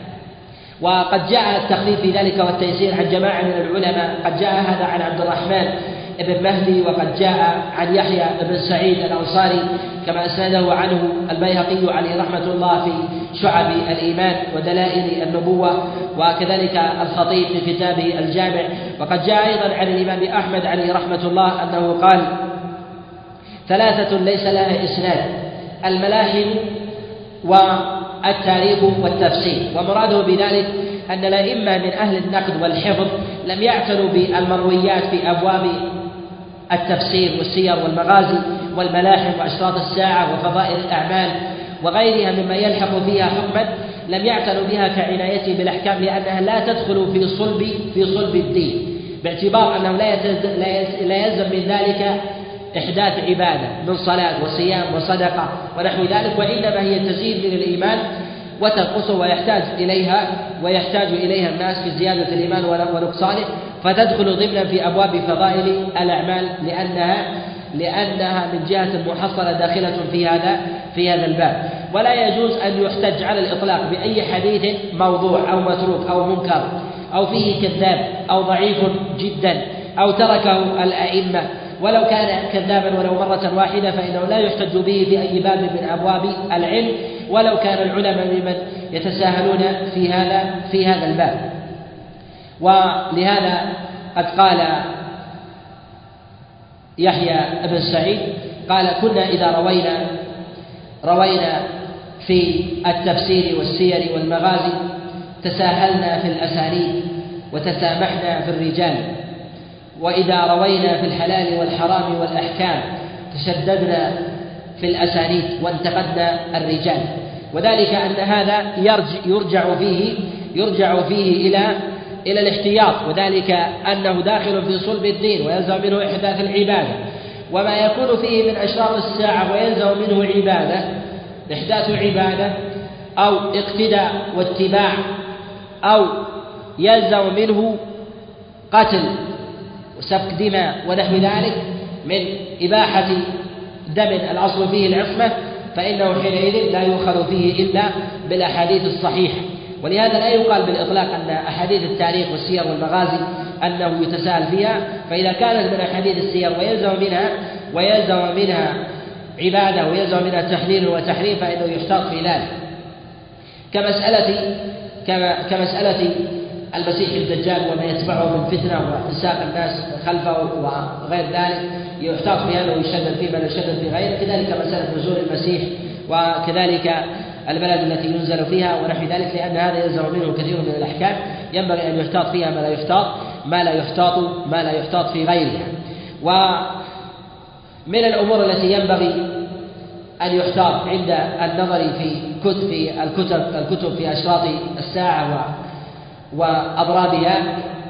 وقد جاء التخفيف في ذلك والتيسير عن جماعة من العلماء، قد جاء هذا عن عبد الرحمن ابن مهدي، وقد جاء عن يحيى بن سعيد الأنصاري كما أسنده عنه البيهقي عليه رحمة الله في شعب الإيمان ودلائل النبوة، وكذلك الخطيب في كتابه الجامع. وقد جاء أيضا عن الإمام أحمد عليه رحمة الله أنه قال: ثلاثة ليس لها إسناد: الملاحم والتاريخ والتفسير. ومراده بذلك أن الأئمة من أهل النقد والحفظ لم يعتنوا بالمرويات في أبواب التفسير والسير والمغازي والملاحم وأشراط الساعة وفضائل الأعمال وغيرها مما يلحق فيها حكما، لم يعتنوا بها كعنايته بالأحكام، لأنها لا تدخل في صلب في صلب الدين، باعتبار أنه لا يلزم من ذلك إحداث عبادة من صلاة وصيام وصدقة ونحو ذلك، وإنما هي تزيد من الإيمان وتنقصه، ويحتاج إليها ويحتاج إليها الناس في زيادة الإيمان ونقصانه، فتدخل ضمنا في أبواب فضائل الأعمال لأنها لأنها من جهة محصلة داخلة في هذا في هذا الباب. ولا يجوز أن يحتج على الإطلاق بأي حديث موضوع أو متروك أو منكر أو فيه كذاب أو ضعيف جدا أو تركه الأئمة ولو كان كذابا ولو مرة واحدة، فإنه لا يحتج به في أي باب من أبواب العلم، ولو كان العلماء ممن يتساهلون في هذا في هذا الباب. ولهذا قد قال يحيى بن سعيد قال: كنا إذا روينا روينا في التفسير والسير والمغازي تساهلنا في الأسانيد وتسامحنا في الرجال، وإذا روينا في الحلال والحرام والأحكام تشددنا في الأسانيد وانتقدنا الرجال. وذلك أن هذا يرجع فيه يرجع فيه إلى إلى الاحتياط، وذلك أنه داخل في صلب الدين ويلزم منه إحداث العبادة، وما يكون فيه من أشراط الساعة ويلزم منه عبادة إحداث عبادة أو اقتداء واتباع أو يلزم منه قتل وسفك دماء ونحو ذلك من إباحة دم الأصل فيه العصمة، فإنه حينئذ لا يؤخذ فيه إلا بالأحاديث الصحيحة. ولهذا لا يقال بالإطلاق أن أحاديث التاريخ والسير والمغازي أنه يتساهل فيها، فإذا كانت من أحاديث السير ويلزم منها ويلزم منها عبادة ويلزم منها تحليل وتحريم فإنه يحتاط في ذلك، كمسألة كمسألة المسيح الدجال وما يتبعه من فتنة وإنساق الناس خلفه وغير ذلك يحتاط في هذا ويشدد فيه بل يشدد في غيره. كذلك مسألة نزول المسيح وكذلك البلد التي ينزل فيها ونحو ذلك، لأن هذا يلزم منه كثير من الأحكام ينبغي أن يحتاط فيها ما لا يحتاط ما لا يحتاط ما لا يحتاط في غيرها. ومن الأمور التي ينبغي أن يحتاط عند النظر في كتب في الكتب الكتب في أشراط الساعة وأضرابها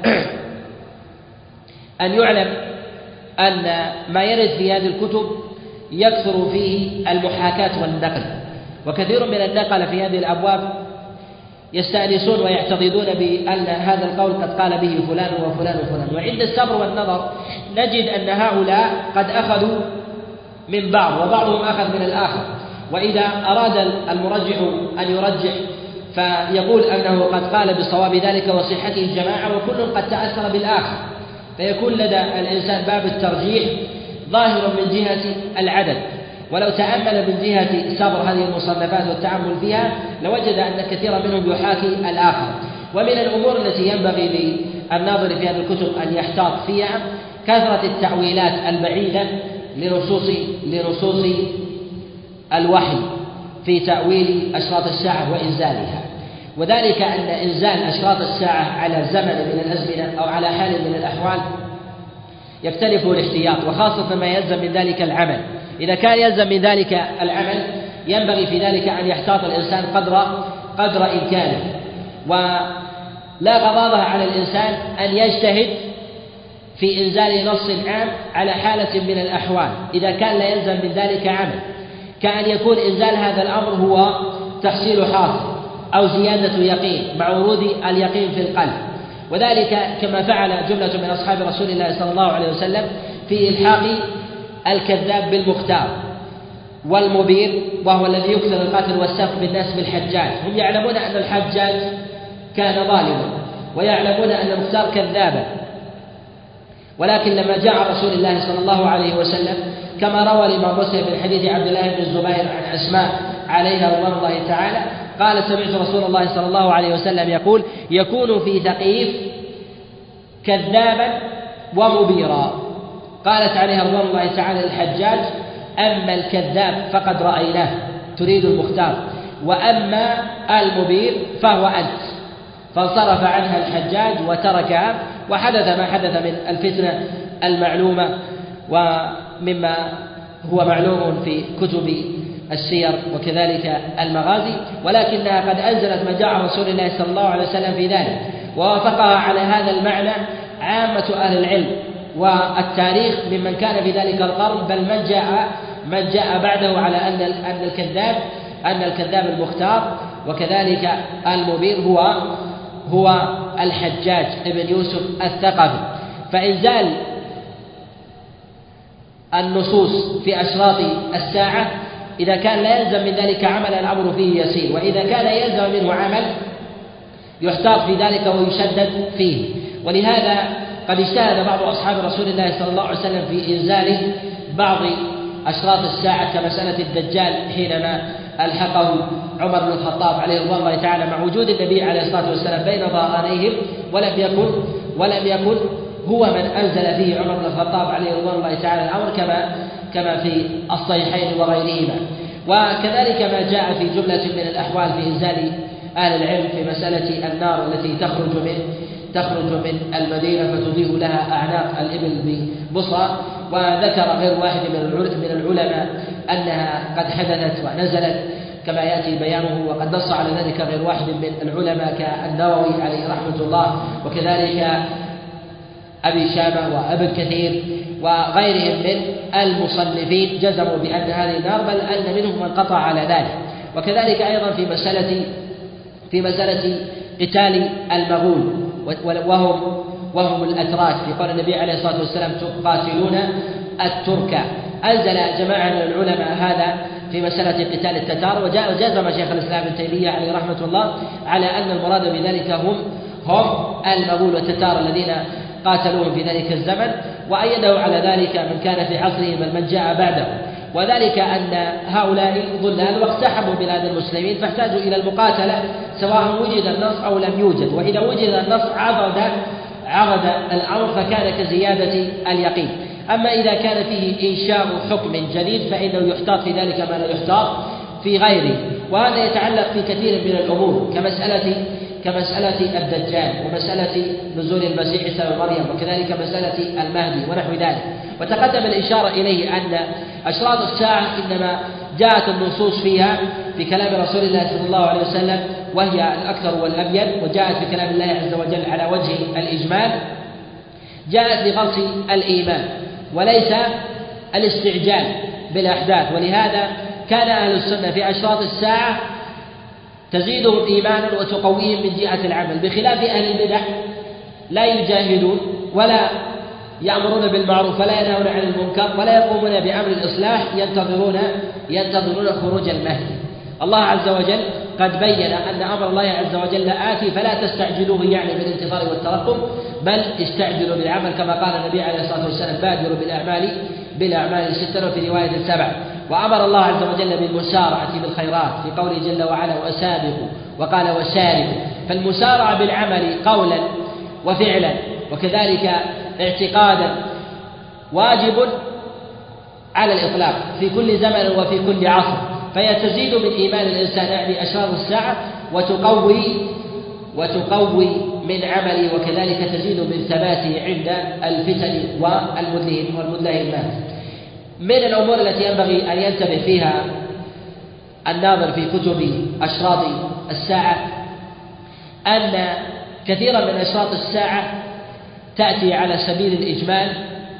أن يعلم أن ما يرد في هذه الكتب يكثر فيه المحاكاة والنقل، وكثير من النقل في هذه الأبواب يستأنسون ويعتضدون بأن هذا القول قد قال به فلان وفلان وفلان. وعند الصبر والنظر نجد أن هؤلاء قد أخذوا من بعض وبعضهم أخذ من الآخر، وإذا أراد المرجح أن يرجح فيقول أنه قد قال بصواب ذلك وصحته الجماعة، وكل قد تأثر بالآخر، فيكون لدى الإنسان باب الترجيح ظاهر من جهة العدد. ولو تأمل من جهة صبر هذه المصنفات والتأمل فيها لوجد أن كثيرا منهم يحاكي الآخر. ومن الأمور التي ينبغي للناظر في هذه الكتب أن يحتاط فيها كثرة التأويلات البعيدة لنصوص لنصوص الوحي في تأويل أشراط الساعة وإنزالها، وذلك أن إنزال أشراط الساعة على زمن من الأزمنة أو على حال من الأحوال يختلف الاحتياط، وخاصة ما يلزم من ذلك العمل. إذا كان يلزم من ذلك العمل ينبغي في ذلك أن يحتاط الإنسان قدر قدر إمكانه، ولا غضاضة على الإنسان أن يجتهد في إنزال نص عام على حالة من الأحوال إذا كان لا يلزم من ذلك عمل، كأن يكون إنزال هذا الأمر هو تحصيل حاصل أو زيادة يقين مع ورود اليقين في القلب، وذلك كما فعل جملة من أصحاب رسول الله صلى الله عليه وسلم في إلحاق الكذاب بالمختار والمبير، وهو الذي يكثر القتل والسفك بالناس بالحجاج. هم يعلمون أن الحجاج كان ظالما ويعلمون أن المختار كذابا، ولكن لما جاء رسول الله صلى الله عليه وسلم كما روى الإمام مسلم من حديث عبد الله بن الزبير عن أسماء عليها رضوان الله تعالى قال: سمعت رسول الله صلى الله عليه وسلم يقول: يكون في ثقيف كذابا ومبيرا. قالت عليها رضوان الله تعالى للحجاج: أما الكذاب فقد رأيناه، تريد المختار، وأما المبير فهو أنت. فانصرف عنها الحجاج وتركها، وحدث ما حدث من الفتنة المعلومة ومما هو معلوم في كتب السير وكذلك المغازي، ولكنها قد أنزلت ما جاء رسول الله صلى الله عليه وسلم في ذلك، ووافقها على هذا المعنى عامة أهل العلم والتاريخ ممن كان في ذلك القرن، بل من جاء من جاء بعده على أن أن الكذاب أن الكذاب المختار وكذلك المبير هو هو الحجاج ابن يوسف الثقفي. فإنزال النصوص في أشراط الساعة إذا كان لا يلزم من ذلك عمل الأمر فيه يسير، وإذا كان يلزم منه عمل يحتاط في ذلك ويشدد فيه. ولهذا قد اجتهد بعض أصحاب رسول الله صلى الله عليه وسلم في إنزال بعض أشراط الساعة كمسألة الدجال حينما ألحقه عمر بن الخطاب عليه رضوان الله تعالى مع وجود النبي عليه الصلاة والسلام بين ظهرانيهم، ولم يكن ولم يكن هو من أنزل فيه عمر بن الخطاب عليه رضوان الله تعالى الأمر كما كما في الصحيحين وغيرهما. وكذلك ما جاء في جملة من الأحوال في إنزال أهل العلم في مسألة النار التي تخرج من تخرج من المدينة فتضيء لها أعناق الإبل ببصرى، وذكر غير واحد من العلماء أنها قد حدثت ونزلت كما يأتي بيانه، وقد نص على ذلك غير واحد من العلماء كالنووي عليه رحمة الله وكذلك أبي شامة وابن كثير وغيرهم من المصنفين جزموا بأن هذه النار، بل أن منهم من قطع على ذلك. وكذلك أيضا في مسألة في مسألة قتال المغول وهم وهم الأتراك، في قول النبي عليه الصلاة والسلام: تقاتلون الترك. أنزل جماعة من العلماء هذا في مسألة قتال التتار، وجاء جزم شيخ الإسلام ابن تيمية عليه رحمة الله على أن المراد بذلك هم هم المغول والتتار الذين قاتلوهم في ذلك الزمن، وأيده على ذلك من كان في عصره بل من جاء بعده، وذلك أن هؤلاء ضلال واقتحموا بلاد المسلمين فاحتاجوا إلى المقاتلة سواء وجد النص أو لم يوجد، وإذا وجد النص عضد عضد الأمر فكان كزيادة اليقين. أما إذا كان فيه إنشاء حكم جديد فإنه يحتاط في ذلك ما لا يحتاط في غيره، وهذا يتعلق في كثير من الأمور كمسألة كمسألة الدجال ومسألة نزول المسيح عيسى بن مريم وكذلك مسألة المهدي ونحو ذلك. وتقدم الإشارة إليه أن أشراط الساعة إنما جاءت النصوص فيها في كلام رسول الله صلى الله عليه وسلم وهي الأكثر والأبين، وجاءت في كلام الله عز وجل على وجه الإجمال، جاءت لغرس الإيمان وليس الاستعجال بالأحداث. ولهذا كان أهل السنة في أشراط الساعة تزيدهم إيمانا وتقويهم من جهة العمل، بخلاف أهل البدع لا يجاهدون ولا يأمرون بالمعروف ولا ينهون عن المنكر ولا يقومون بأمر الإصلاح، ينتظرون ينتظرون خروج المهدي. الله عز وجل قد بين أن أمر الله عز وجل آتي فلا تستعجلوه يعني بالانتظار والترقب، بل استعجلوا بالعمل، كما قال النبي عليه الصلاة والسلام: بادروا بالأعمال بالأعمال ستا، وفي رواية سبع. وأمر الله عز وجل بالمسارعة بالخيرات في قوله جل وعلا: وسابقوا، وقال: وسارعوا. فالمسارعة بالعمل قولا وفعلا وكذلك اعتقادا واجب على الإطلاق في كل زمن وفي كل عصر، فهي تزيد من إيمان الإنسان يعني أشراط الساعة وتقوي وتقوي من عمله، وكذلك تزيد من ثباته عند الفتن والمدلهمات. من الأمور التي ينبغي أن ينتبه فيها الناظر في كتب أشراط الساعة أن كثيرا من أشراط الساعة تأتي على سبيل الإجمال،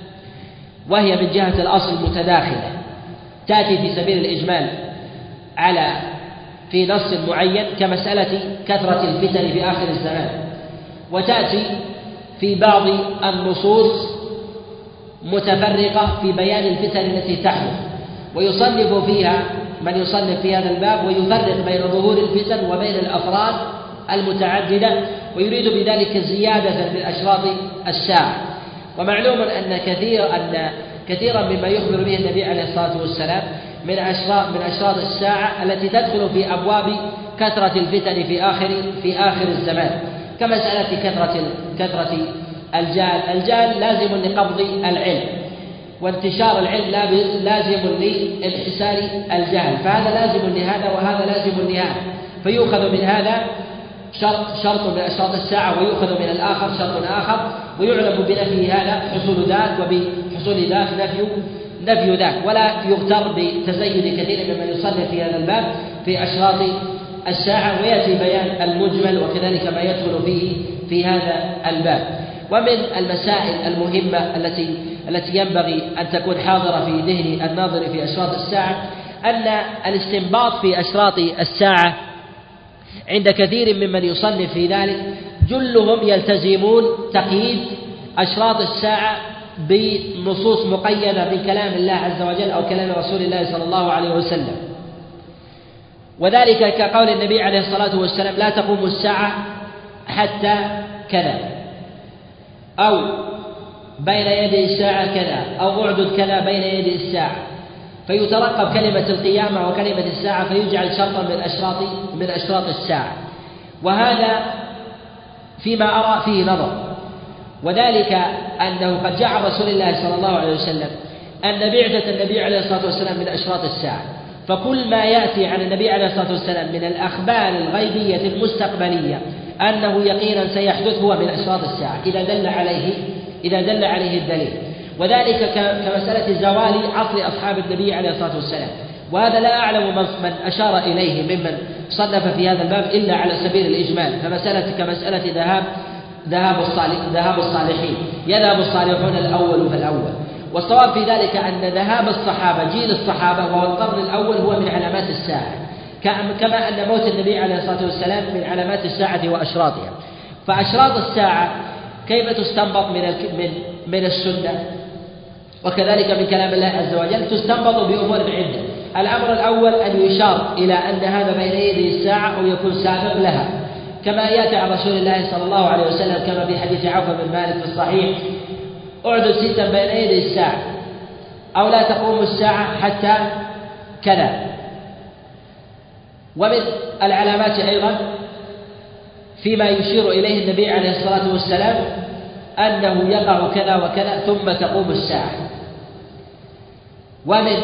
وهي من جهة الأصل متداخلة، تأتي في سبيل الإجمال على في نص معين كمسألة كثرة الفتن في آخر الزمان، وتأتي في بعض النصوص متفرقة في بيان الفتن التي تحدث، ويصنف فيها من يصنف في هذا الباب ويفرق بين ظهور الفتن وبين الأفراد المتعددة، ويريد بذلك زيادة من أشراط الساعة. ومعلوم أن كثير أن كثيرا مما يخبر به النبي عليه الصلاة والسلام من أشراط من أشراط الساعة التي تدخل في أبواب كثرة الفتن في آخر في آخر الزمان، كمسألة كثرة كثرة الجهل. الجهل لازم لقبض العلم، وانتشار العلم لازم لانحسار الجهل، فهذا لازم لهذا وهذا لازم لهذا، فيؤخذ من هذا شرط شرط من أشراط الساعة ويؤخذ من الآخر شرط آخر، ويعلم بنفي هذا حصول ذاك وبحصول ذاك نفي نفي ذاك، ولا يغتر بتزيد كثير ممن يصنف في هذا الباب في أشراط الساعة، ويأتي بيان المجمل وكذلك ما يدخل فيه في هذا الباب. ومن المسائل المهمة التي التي ينبغي أن تكون حاضرة في ذهن الناظر في أشراط الساعة أن الاستنباط في أشراط الساعة عند كثير ممن يصنف في ذلك جلهم يلتزمون تقييد أشراط الساعة بنصوص مقيدة من كلام الله عز وجل أو كلام رسول الله صلى الله عليه وسلم، وذلك كقول النبي عليه الصلاة والسلام: لا تقوم الساعة حتى كذا، أو بين يدي الساعة كذا، أو أعدد كذا بين يدي الساعة، فيترقب كلمة القيامة وكلمة الساعة فيجعل شرطا من أشراط من أشراط الساعة. وهذا فيما أرى فيه نظر، وذلك أنه قد جاء عن رسول الله صلى الله عليه وسلم أن بعثة النبي عليه الصلاة والسلام من أشراط الساعة، فكل ما يأتي عن النبي عليه الصلاة والسلام من الأخبار الغيبية المستقبلية أنه يقينا سيحدث هو من أشراط الساعة إذا دل عليه إذا دل عليه الدليل، وذلك كمسألة زوال عصر أصحاب النبي عليه الصلاة والسلام. وهذا لا أعلم من أشار إليه ممن صنف في هذا الباب إلا على سبيل الإجمال، فمسألة كمسألة ذهاب ذهاب الصالح ذهاب الصالحين، يذهب الصالحون الأول فالأول. والصواب في ذلك أن ذهاب الصحابة جيل الصحابة وهو القرن الأول هو من علامات الساعة، كما أن موت النبي عليه الصلاة والسلام من علامات الساعة وأشراطها. فأشراط الساعة كيف تستنبط من من من السنة وكذلك من كلام الله عز وجل؟ تستنبط بأمور عدة. الأمر الأول أن يشار إلى أن هذا بين يدي الساعة أو يكون سابق لها، كما يأتي عن رسول الله صلى الله عليه وسلم كما في حديث عوف بن مالك في الصحيح: أعدد ستا بين يدي الساعة، أو لا تقوم الساعة حتى كذا. ومن العلامات أيضا فيما يشير إليه النبي عليه الصلاة والسلام أنه يقع كذا وكذا ثم تقوم الساعة. ومن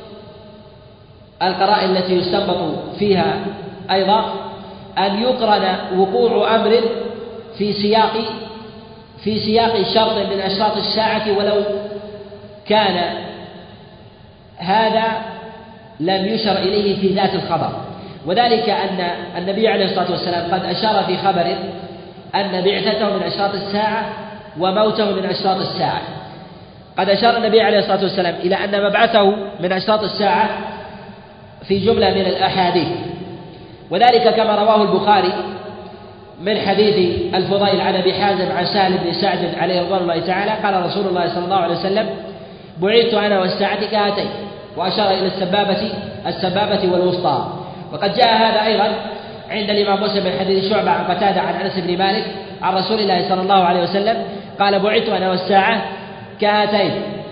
القرائن التي يستنبط فيها أيضا أن يقرن وقوع أمر في سياق في سياق شرط من أشراط الساعة ولو كان هذا لم يشر إليه في ذات الخبر، وذلك أن النبي عليه الصلاة والسلام قد أشار في خبر أن بعثته من أشراط الساعة وموته من أشراط الساعة. قد أشار النبي عليه الصلاة والسلام إلى أن مبعثه من أشراط الساعة في جملة من الأحاديث، وذلك كما رواه البخاري من حديث الفضيل عن أبي حازم عن سهل بن سعد عليه رضوان الله تعالى قال رسول الله صلى الله عليه وسلم: بعثت أنا والساعة كهاتين، وأشار إلى السبابة السبابة والوسطى. وقد جاء هذا أيضا عند الإمام مسلم من حديث شعبة عن قتادة عن أنس بن مالك عن رسول الله صلى الله عليه وسلم قال: بعثت أنا والساعة كهاتين.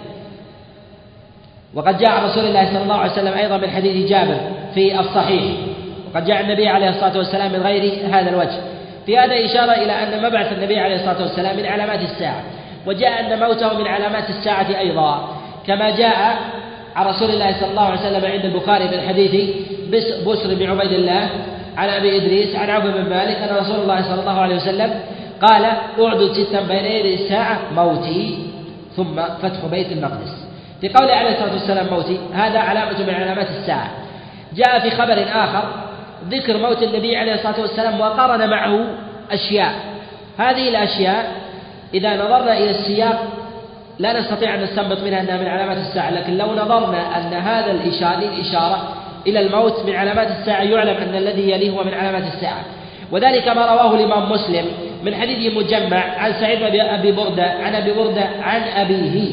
وقد جاء عن رسول الله صلى الله عليه وسلم أيضا من حديث جابر في الصحيح، وقد جاء النبي عليه الصلاة والسلام من غير هذا الوجه. في هذا إشارة إلى أن مبعث النبي عليه الصلاة والسلام من علامات الساعة، وجاء أن موته من علامات الساعة أيضا، كما جاء عن رسول الله صلى الله عليه وسلم عند البخاري من حديث بسر بن عبيد الله عن أبي إدريس عن عوف بن مالك أن رسول الله صلى الله عليه وسلم قال: أعدد ستا بين يدي الساعة: موتي ثم فتح بيت المقدس. في قوله عليه الصلاة والسلام موتي، هذا علامة من علامات الساعة. جاء في خبر آخر ذكر موت النبي عليه الصلاة والسلام وقارن معه أشياء. هذه الأشياء إذا نظرنا إلى السياق لا نستطيع أن نستنبط منها أنها من علامات الساعة، لكن لو نظرنا أن هذا الإشارة الإشارة إلى الموت من علامات الساعة يعلم أن الذي يليه هو من علامات الساعة. وذلك ما رواه الإمام مسلم من حديث مجمع عن سعيد بن أبي بردة عن أبي بردة عن أبيه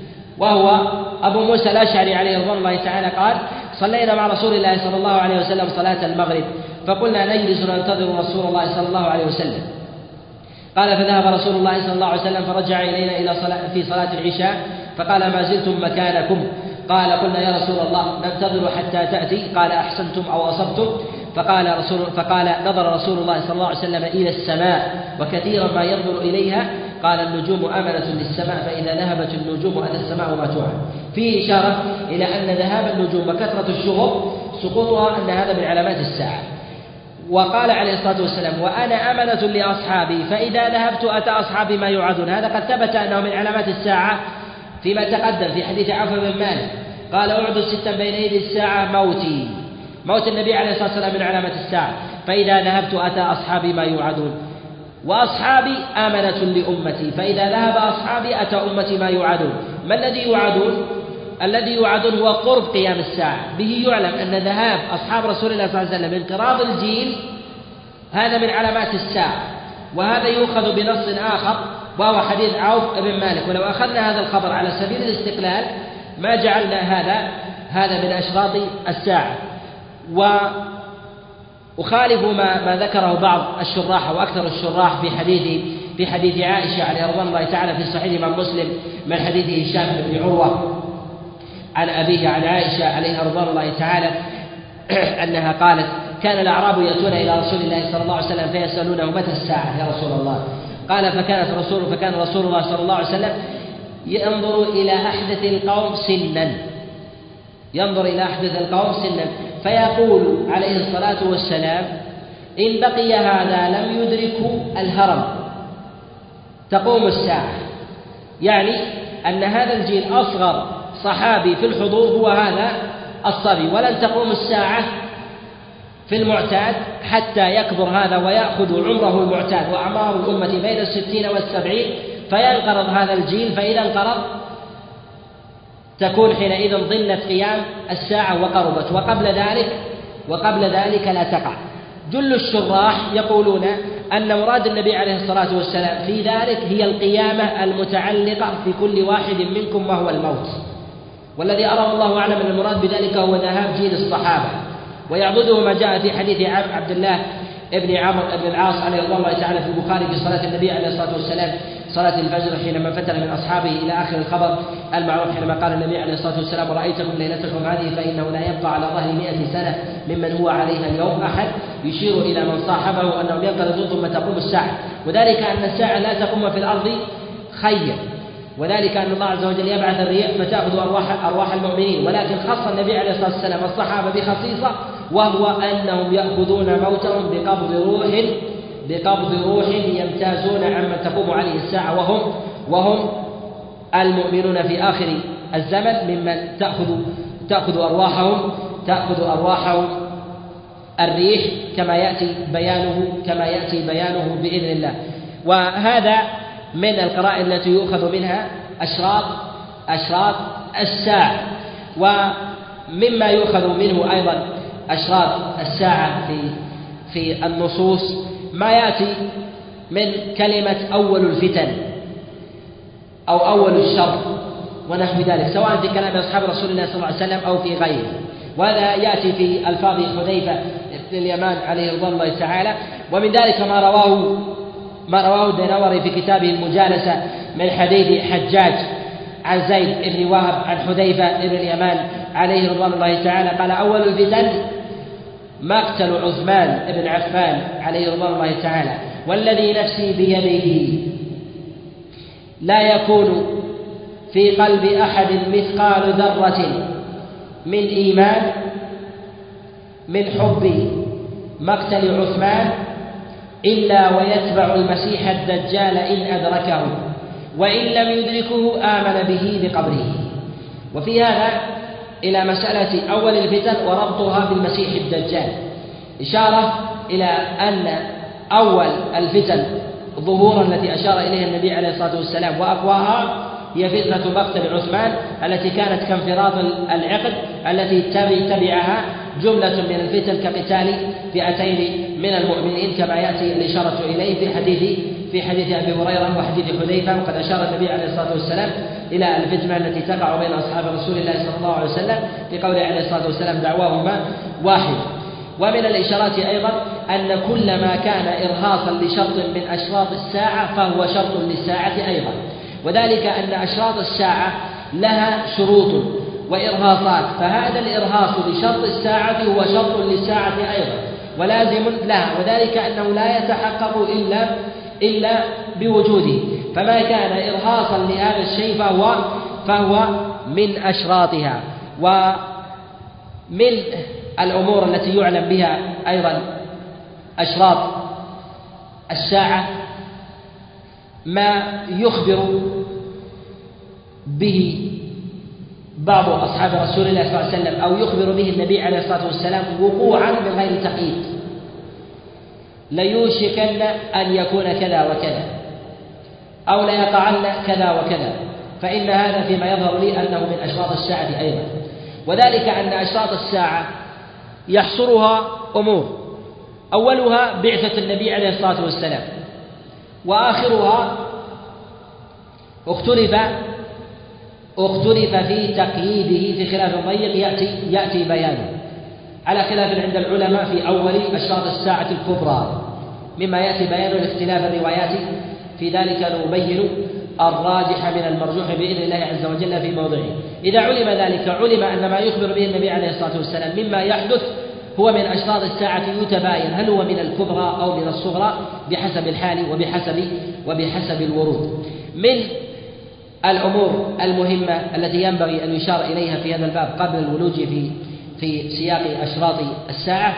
وهو أبو موسى الأشعري عليه رضوان الله تعالى قال: صلينا مع رسول الله صلى الله عليه وسلم صلاة المغرب، فقلنا نجلس ننتظر رسول الله صلى الله عليه وسلم. قال: فذهب رسول الله صلى الله عليه وسلم فرجع إلينا إلى صلاة في صلاة العشاء فقال: ما زلتم مكانكم؟ قال: قلنا يا رسول الله ننتظر حتى تأتي. قال: أحسنتم أو أصبتم. فقال رسول فقال نظر رسول الله صلى الله عليه وسلم إلى السماء وكثيرا ما ينظر إليها، قال: النجوم أمنة للسماء، فإذا ذهبت النجوم أتى السماء ما توعد. فيه إشارة إلى أن ذهاب النجوم وكثرة الشهب سقوطها أن هذا من علامات الساعة. وقال عليه الصلاة والسلام: وأنا أمنة لأصحابي، فإذا ذهبت أتى أصحابي ما يوعدون. هذا قد ثبت أنه من علامات الساعة فيما تقدم في حديث عوف بن مالك قال: أعد ستا بين يدي الساعة: موتي. موت النبي عليه الصلاة والسلام من علامات الساعة، فإذا ذهبت أتى أصحابي ما يوعدون. وأصحابي آمنة لأمتي، فإذا ذهب أصحابي أتى أمتي ما يوعدون. ما الذي يوعدون؟ الذي يوعدون هو قرب قيام الساعة. به يعلم أن ذهاب أصحاب رسول الله صلى الله عليه وسلم انقراض الجيل هذا من علامات الساعة. وهذا يؤخذ بنص آخر وهو حديث عوف بن مالك. ولو أخذنا هذا الخبر على سبيل الاستقلال ما جعلنا هذا هذا من أشراط الساعة. وأخالف ما ما ذكره بعض الشراح وأكثر الشراح في حديث في حديث عائشة عليه رضوان الله تعالى في صحيح الإمام مسلم من حديث هشام بن عروة عن أبيه عن عائشة عليها رضوان الله تعالى أنها قالت: كان الأعراب يأتون إلى رسول الله صلى الله عليه وسلم فيسألونه: متى الساعة يا رسول الله؟ قال: فكانت رسول فكان رسول الله صلى الله عليه وسلم ينظر إلى أحدث القوم سنا ينظر إلى أحدث القوم سنا فيقول عليه الصلاة والسلام: إن بقي هذا لم يدركه الهرم تقوم الساعة. يعني أن هذا الجيل أصغر صحابي في الحضور هو هذا الصبي، ولن تقوم الساعة في المعتاد حتى يكبر هذا ويأخذ عمره المعتاد وأعمار الأمة بين الستين والسبعين فينقرض هذا الجيل. فإذا انقرض تكون حينئذ ظلة قيام الساعة وقربت، وقبل ذلك وقبل ذلك لا تقع. جل الشراح يقولون أن مراد النبي عليه الصلاة والسلام في ذلك هي القيامة المتعلقة في كل واحد منكم وهو الموت. والذي أراه الله أعلم أن المراد بذلك هو ذهاب جيل الصحابة، ويعضده ما جاء في حديث عبد الله ابن عمرو بن العاص عليه الله تعالى في البخاري في صلاة النبي عليه الصلاة والسلام صلاة الفجر حينما فتن من أصحابه إلى آخر الخبر المعروف، حينما قال النبي عليه الصلاة والسلام: رأيتكم ليلتكم هذه فإنه لا يبقى على ظهر مئة سنة ممن هو عليها اليوم أحد، يشير إلى من صاحبه أنهم ينقرضون ثم تقوم الساعة. وذلك أن الساعة لا تقوم في الأرض خيا، وذلك أن الله عز وجل يبعث الرياح فتأخذ أرواح, أرواح المؤمنين. ولكن خص النبي عليه الصلاة والسلام الصحابة بخصيصة، وهو أنهم يأخذون موتهم بقبض روح بقبض روح يمتازون عمن تقوم عليه الساعة، وهم وهم المؤمنون في آخر الزمن ممن تأخذ تأخذ أرواحهم تأخذ أرواحهم الريح كما يأتي بيانه كما يأتي بيانه بإذن الله. وهذا من القرائن التي يؤخذ منها أشراط أشراط الساعة. ومما يؤخذ منه أيضا أشراط الساعة في في النصوص ما يأتي من كلمة أول الفتن أو أول الشر ونحو ذلك، سواء في كلام أصحاب رسول الله صلى الله عليه وسلم أو في غيره. وهذا يأتي في ألفاظ حذيفة بن اليمان عليه رضوان الله تعالى. ومن ذلك ما رواه ما رواه الدينوري في كتابه المجالسة من حديث حجاج عن زيد بن وهب عن حذيفة بن اليمان عليه رضوان الله تعالى قال: أول الفتن مقتل عثمان بن عفان عليه رضوان الله تعالى، والذي نفسي بيده لا يكون في قلب أحد مثقال ذرة من إيمان من حب مقتل عثمان إلا ويتبع المسيح الدجال إن أدركه، وإن لم يدركه آمن به بقبره. وفي هذا إلى مسألة أول الفتن وربطها بالمسيح الدجال إشارة إلى أن أول الفتن ظهورا التي أشار إليها النبي عليه الصلاة والسلام وأقواها هي فتنة مقتل عثمان التي كانت كانفراط العقد التي تبعها جملة من الفتن كقتال فئتين من المؤمنين كما يأتي الإشارة إليه في حديث في حديث أبي هريرة وحديث حذيفة. وقد أشار النبي عليه الصلاة والسلام إلى الفتنة التي تقع بين أصحاب رسول الله صلى الله عليه وسلم في قوله عليه الصلاة والسلام: دعواهما واحد. ومن الإشارات أيضا أن كل ما كان إرهاصا لشرط من أشراط الساعة فهو شرط للساعة أيضا، وذلك أن أشراط الساعة لها شروط وإرهاصات، فهذا الإرهاص لشرط الساعة هو شرط للساعة أيضا ولازم لها، وذلك أنه لا يتحقق إلا إلا بوجوده، فما كان إرهاصا لهذا الشيء فهو فهو من أشراطها. ومن الأمور التي يعلم بها أيضا أشراط الساعة ما يخبر به بعض أصحاب رسول الله صلى الله عليه وسلم أو يخبر به النبي عليه الصلاة والسلام وقوعا من غير تقييد: ليوشكن أن يكون كذا وكذا، أو ليقعن كذا وكذا، فإن هذا فيما يظهر لي أنه من أشراط الساعة أيضا. وذلك أن أشراط الساعة يحصرها أمور: أولها بعثة النبي عليه الصلاة والسلام، وآخرها اختلف اختلف في تقييده في خلاف ضيق يأتي يأتي بيانه، على خلاف عند العلماء في أول أشراط الساعة الكبرى، مما يأتي بيان الاختلاف الروايات في ذلك نبين الراجح من المرجوح بإذن الله عز وجل في موضعه. إذا علم ذلك علم أن ما يخبر به النبي عليه الصلاة والسلام مما يحدث هو من أشراط الساعة يتباين هل هو من الكبرى أو من الصغرى بحسب الحال وبحسب وبحسب الورود. من الأمور المهمة التي ينبغي أن يشار إليها في هذا الباب قبل الولوج في في سياق أشراط الساعة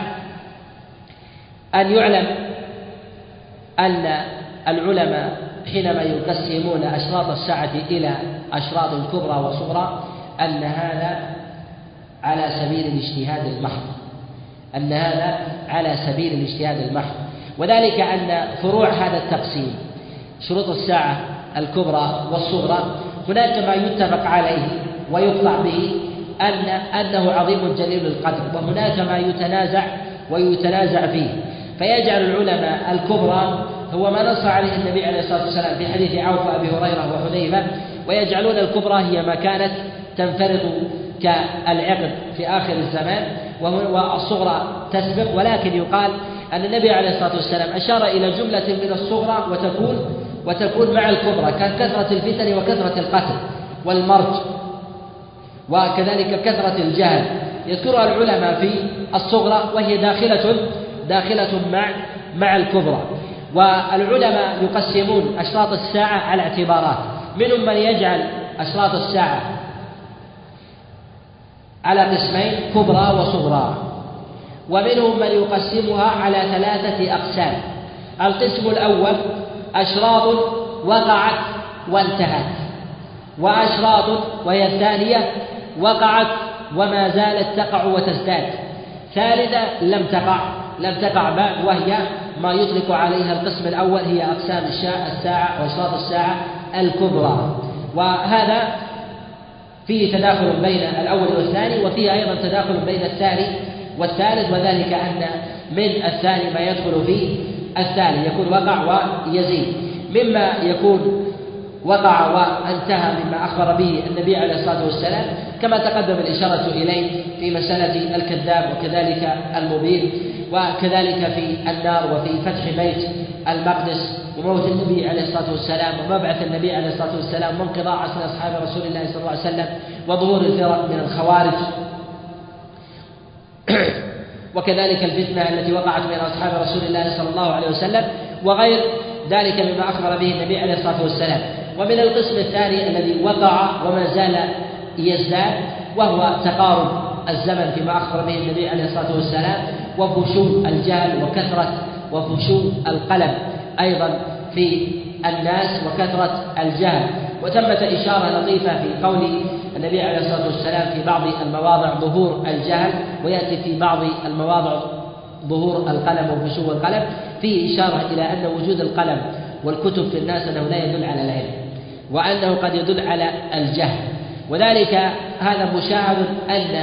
أن يعلم أن العلماء حينما يقسمون أشراط الساعة إلى أشراط كبرى وصغرى أن هذا على سبيل الاجتهاد المحض أن هذا على سبيل الاجتهاد المحض وذلك أن فروع هذا التقسيم شروط الساعة الكبرى والصغرى هناك ما يتفق عليه ويقطع به أن أنه عظيم جليل القدر، وهناك ما يتنازع ويتنازع فيه، فيجعل العلماء الكبرى هو ما نص عليه النبي عليه الصلاة والسلام في حديث عوف أبي هريرة وحذيفة، ويجعلون الكبرى هي ما كانت تنفرط كالعقد في آخر الزمان، والصغرى تسبق. ولكن يقال أن النبي عليه الصلاة والسلام أشار إلى جملة من الصغرى وتكون وتكون مع الكبرى ككثرة الفتن وكثرة القتل والمرج وكذلك كثرة الجهل، يذكرها العلماء في الصغرى وهي داخلة داخلة مع مع الكبرى. والعلماء يقسمون أشراط الساعة على اعتبارات، منهم من يجعل أشراط الساعة على قسمين كبرى وصغرى، ومنهم من يقسمها على ثلاثة أقسام. القسم الأول أشراط وقعت وانتهت، وأشراط وهي الثانية وقعت وما زالت تقع وتزداد. ثالثة لم تقع لم تقع بعد، وهي ما يطلق عليها القسم الأول، هي أقسام الساعة وأشراط الساعة الكبرى. وهذا فيه تداخل بين الأول والثاني، وفيه أيضا تداخل بين الثاني والثالث، وذلك أن من الثاني ما يدخل في الثاني، يكون وقع ويزيد، مما يكون وقع وانتهى مما أخبر به النبي عليه الصلاة والسلام، كما تقدم الإشارة إليه في مسألة الكذاب وكذلك المبين، وكذلك في النار وفي فتح بيت المقدس وموت النبي عليه الصلاة والسلام ومبعث النبي عليه الصلاة والسلام وانقضاء عصر أصحاب رسول الله صلى الله عليه وسلم وظهور الفرق من الخوارج وكذلك الفتنة التي وقعت بين أصحاب رسول الله صلى الله عليه وسلم وغير ذلك مما أخبر به النبي عليه الصلاة والسلام. ومن القسم الثاني الذي وقع وما زال يزداد، وهو تقارب الزمن فيما أخبر به النبي عليه الصلاة والسلام، وفشو الجهل وكثرة وفشو القلب أيضا في الناس وكثرة الجهل. وتمت إشارة لطيفة في قول النبي عليه الصلاة والسلام في بعض المواضع ظهور الجهل، ويأتي في بعض المواضع ظهور القلم وفشو القلم، فيه إشارة إلى أن وجود القلم والكتب في الناس أنه لا يدل على العلم، وأنه قد يدل على الجهل. وذلك هذا مشاهد أن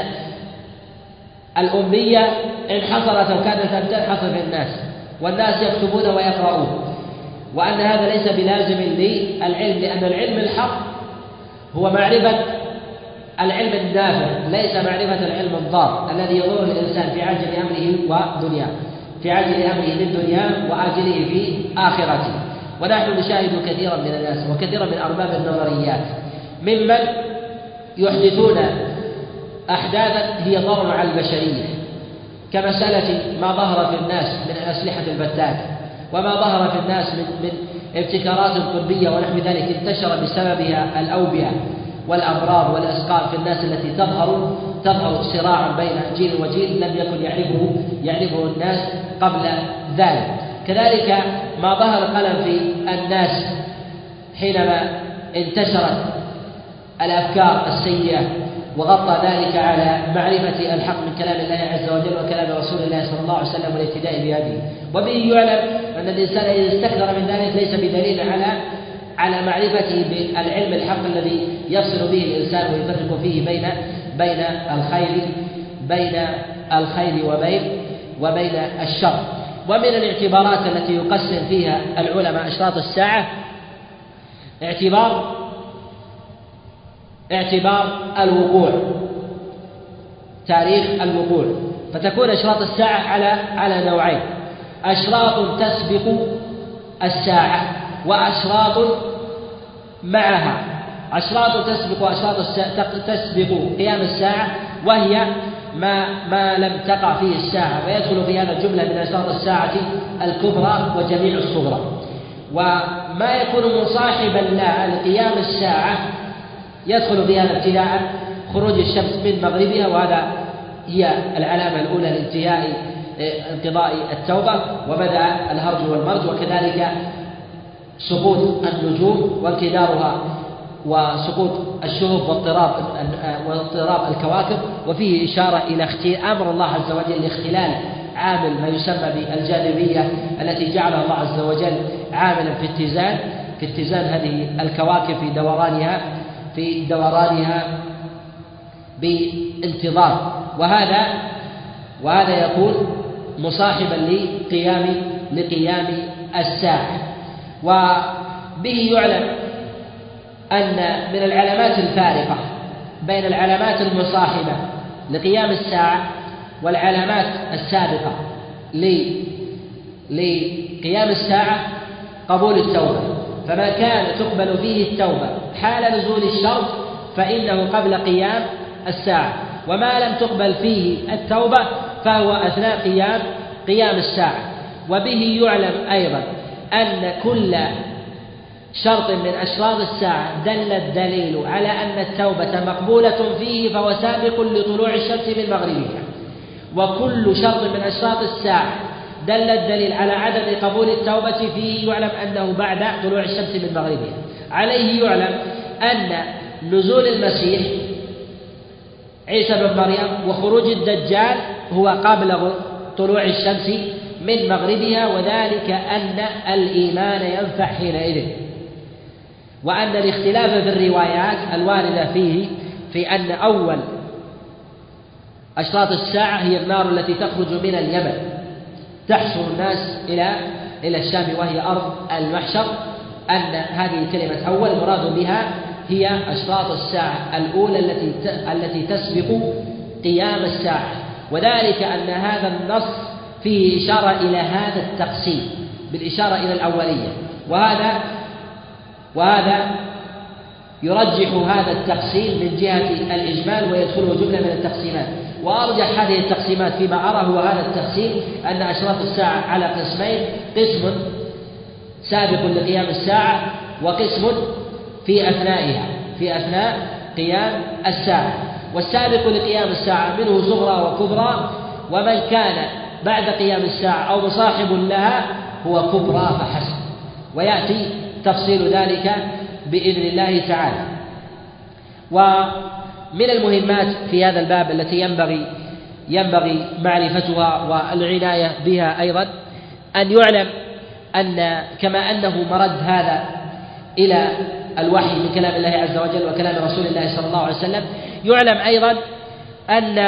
الأمية انحصرت وكانت أن تنحصر في الناس، والناس يكتبون ويقرؤون، وأن هذا ليس بلازم للعلم، لأن العلم الحق هو معرفة العلم النافع، ليس معرفة العلم الضار الذي يضر الإنسان في عاجل أمره ودنياه، في عاجل أمره من دنياه وآجله في آخرته. ونحن نشاهد كثيرا من الناس وكثيرا من أرباب النظريات ممن يحدثون أحداثا هي ضرر على البشرية، كمسألة ما ظهر في الناس من أسلحة البتات، وما ظهر في الناس من, من ابتكارات طبية ونحو ذلك انتشر بسببها الأوبئة والأمراض والأسقام في الناس التي تظهر تظهر صراعا بين جيل وجيل لم يكن يعرفه يعرفه الناس قبل ذلك. كذلك ما ظهر القلم في الناس حينما انتشرت الأفكار السيئة وغطى ذلك على معرفة الحق من كلام الله عز وجل وكلام رسول الله صلى الله عليه وسلم والاهتداء بهذه. وبه يعلم أن الإنسان إذا استكثر من ذلك ليس بدليل على على معرفته بالعلم الحق الذي يفصل به الإنسان ويفرق فيه بين بين الخير بين الخير وبين وبين الشر. ومن الاعتبارات التي يقسم فيها العلماء أشراط الساعة اعتبار اعتبار الوقوع، تاريخ الوقوع، فتكون أشراط الساعة على على نوعين: أشراط تسبق الساعة وأشراط معها. أشراط تسبق وأشراط تسبق قيام الساعة، وهي ما ما لم تقع فيه الساعة، ويدخل في هذا الجملة من أشراط الساعة الكبرى وجميع الصغرى. وما يكون مصاحبا لها لقيام الساعة يدخل في هذا ابتداء خروج الشمس من مغربها، وهذا هي العلامة الأولى لانتهاء انقضاء التوبة وبدأ الهرج والمرج، وكذلك سقوط النجوم وانكدارها وسقوط الشهب واضطراب واضطراب الكواكب. وفيه إشارة إلى أمر الله عز وجل لاختلال عامل ما يسمى بالجاذبية التي جعلها الله عز وجل عاملا في اتزان في اتزان هذه الكواكب في دورانها في دورانها بانتظام، وهذا وهذا يكون مصاحبا لقيام لقيام الساعة. وبه يعلم أن من العلامات الفارقة بين العلامات المصاحبة لقيام الساعة والعلامات السابقة لقيام الساعة قبول التوبة، فما كان تقبل فيه التوبة حال نزول الشرط فإنه قبل قيام الساعة، وما لم تقبل فيه التوبة فهو أثناء قيام قيام الساعة. وبه يعلم أيضا أن كل شرط من أشراط الساعة دل الدليل على أن التوبة مقبولة فيه فهو سابق لطلوع الشمس من مغربها، وكل شرط من أشراط الساعة دل الدليل على عدم قبول التوبة فيه يعلم أنه بعد طلوع الشمس من مغربها. عليه يعلم أن نزول المسيح عيسى بن مريم، وخروج الدجال هو قبل طلوع الشمس من مغربها، وذلك أن الإيمان ينفع حينئذ، وأن الاختلاف في الروايات الواردة فيه في أن أول أشراط الساعة هي النار التي تخرج من اليمن تحشر الناس إلى إلى الشام وهي أرض المحشر، أن هذه كلمة أول مراد بها هي أشراط الساعة الأولى التي التي تسبق قيام الساعة، وذلك أن هذا النص فيه إشارة إلى هذا التقسيم بالإشارة إلى الأولية، وهذا وهذا يرجح هذا التقسيم من جهة الإجمال ويدخله جملة من التقسيمات. وأرجح هذه التقسيمات فيما أرى هو هذا التقسيم، أن أشراط الساعة على قسمين: قسم سابق لقيام الساعة، وقسم في أثنائها في أثناء قيام الساعة. والسابق لقيام الساعة منه صغرى وكبرى، ومن كان بعد قيام الساعة أو مصاحب لها هو كبرى فحسب، ويأتي تفصيل ذلك بإذن الله تعالى. ومن المهمات في هذا الباب التي ينبغي ينبغي معرفتها والعناية بها أيضا أن يعلم أن كما أنه مرد هذا إلى الوحي من كلام الله عز وجل وكلام رسول الله صلى الله عليه وسلم، يعلم أيضا أن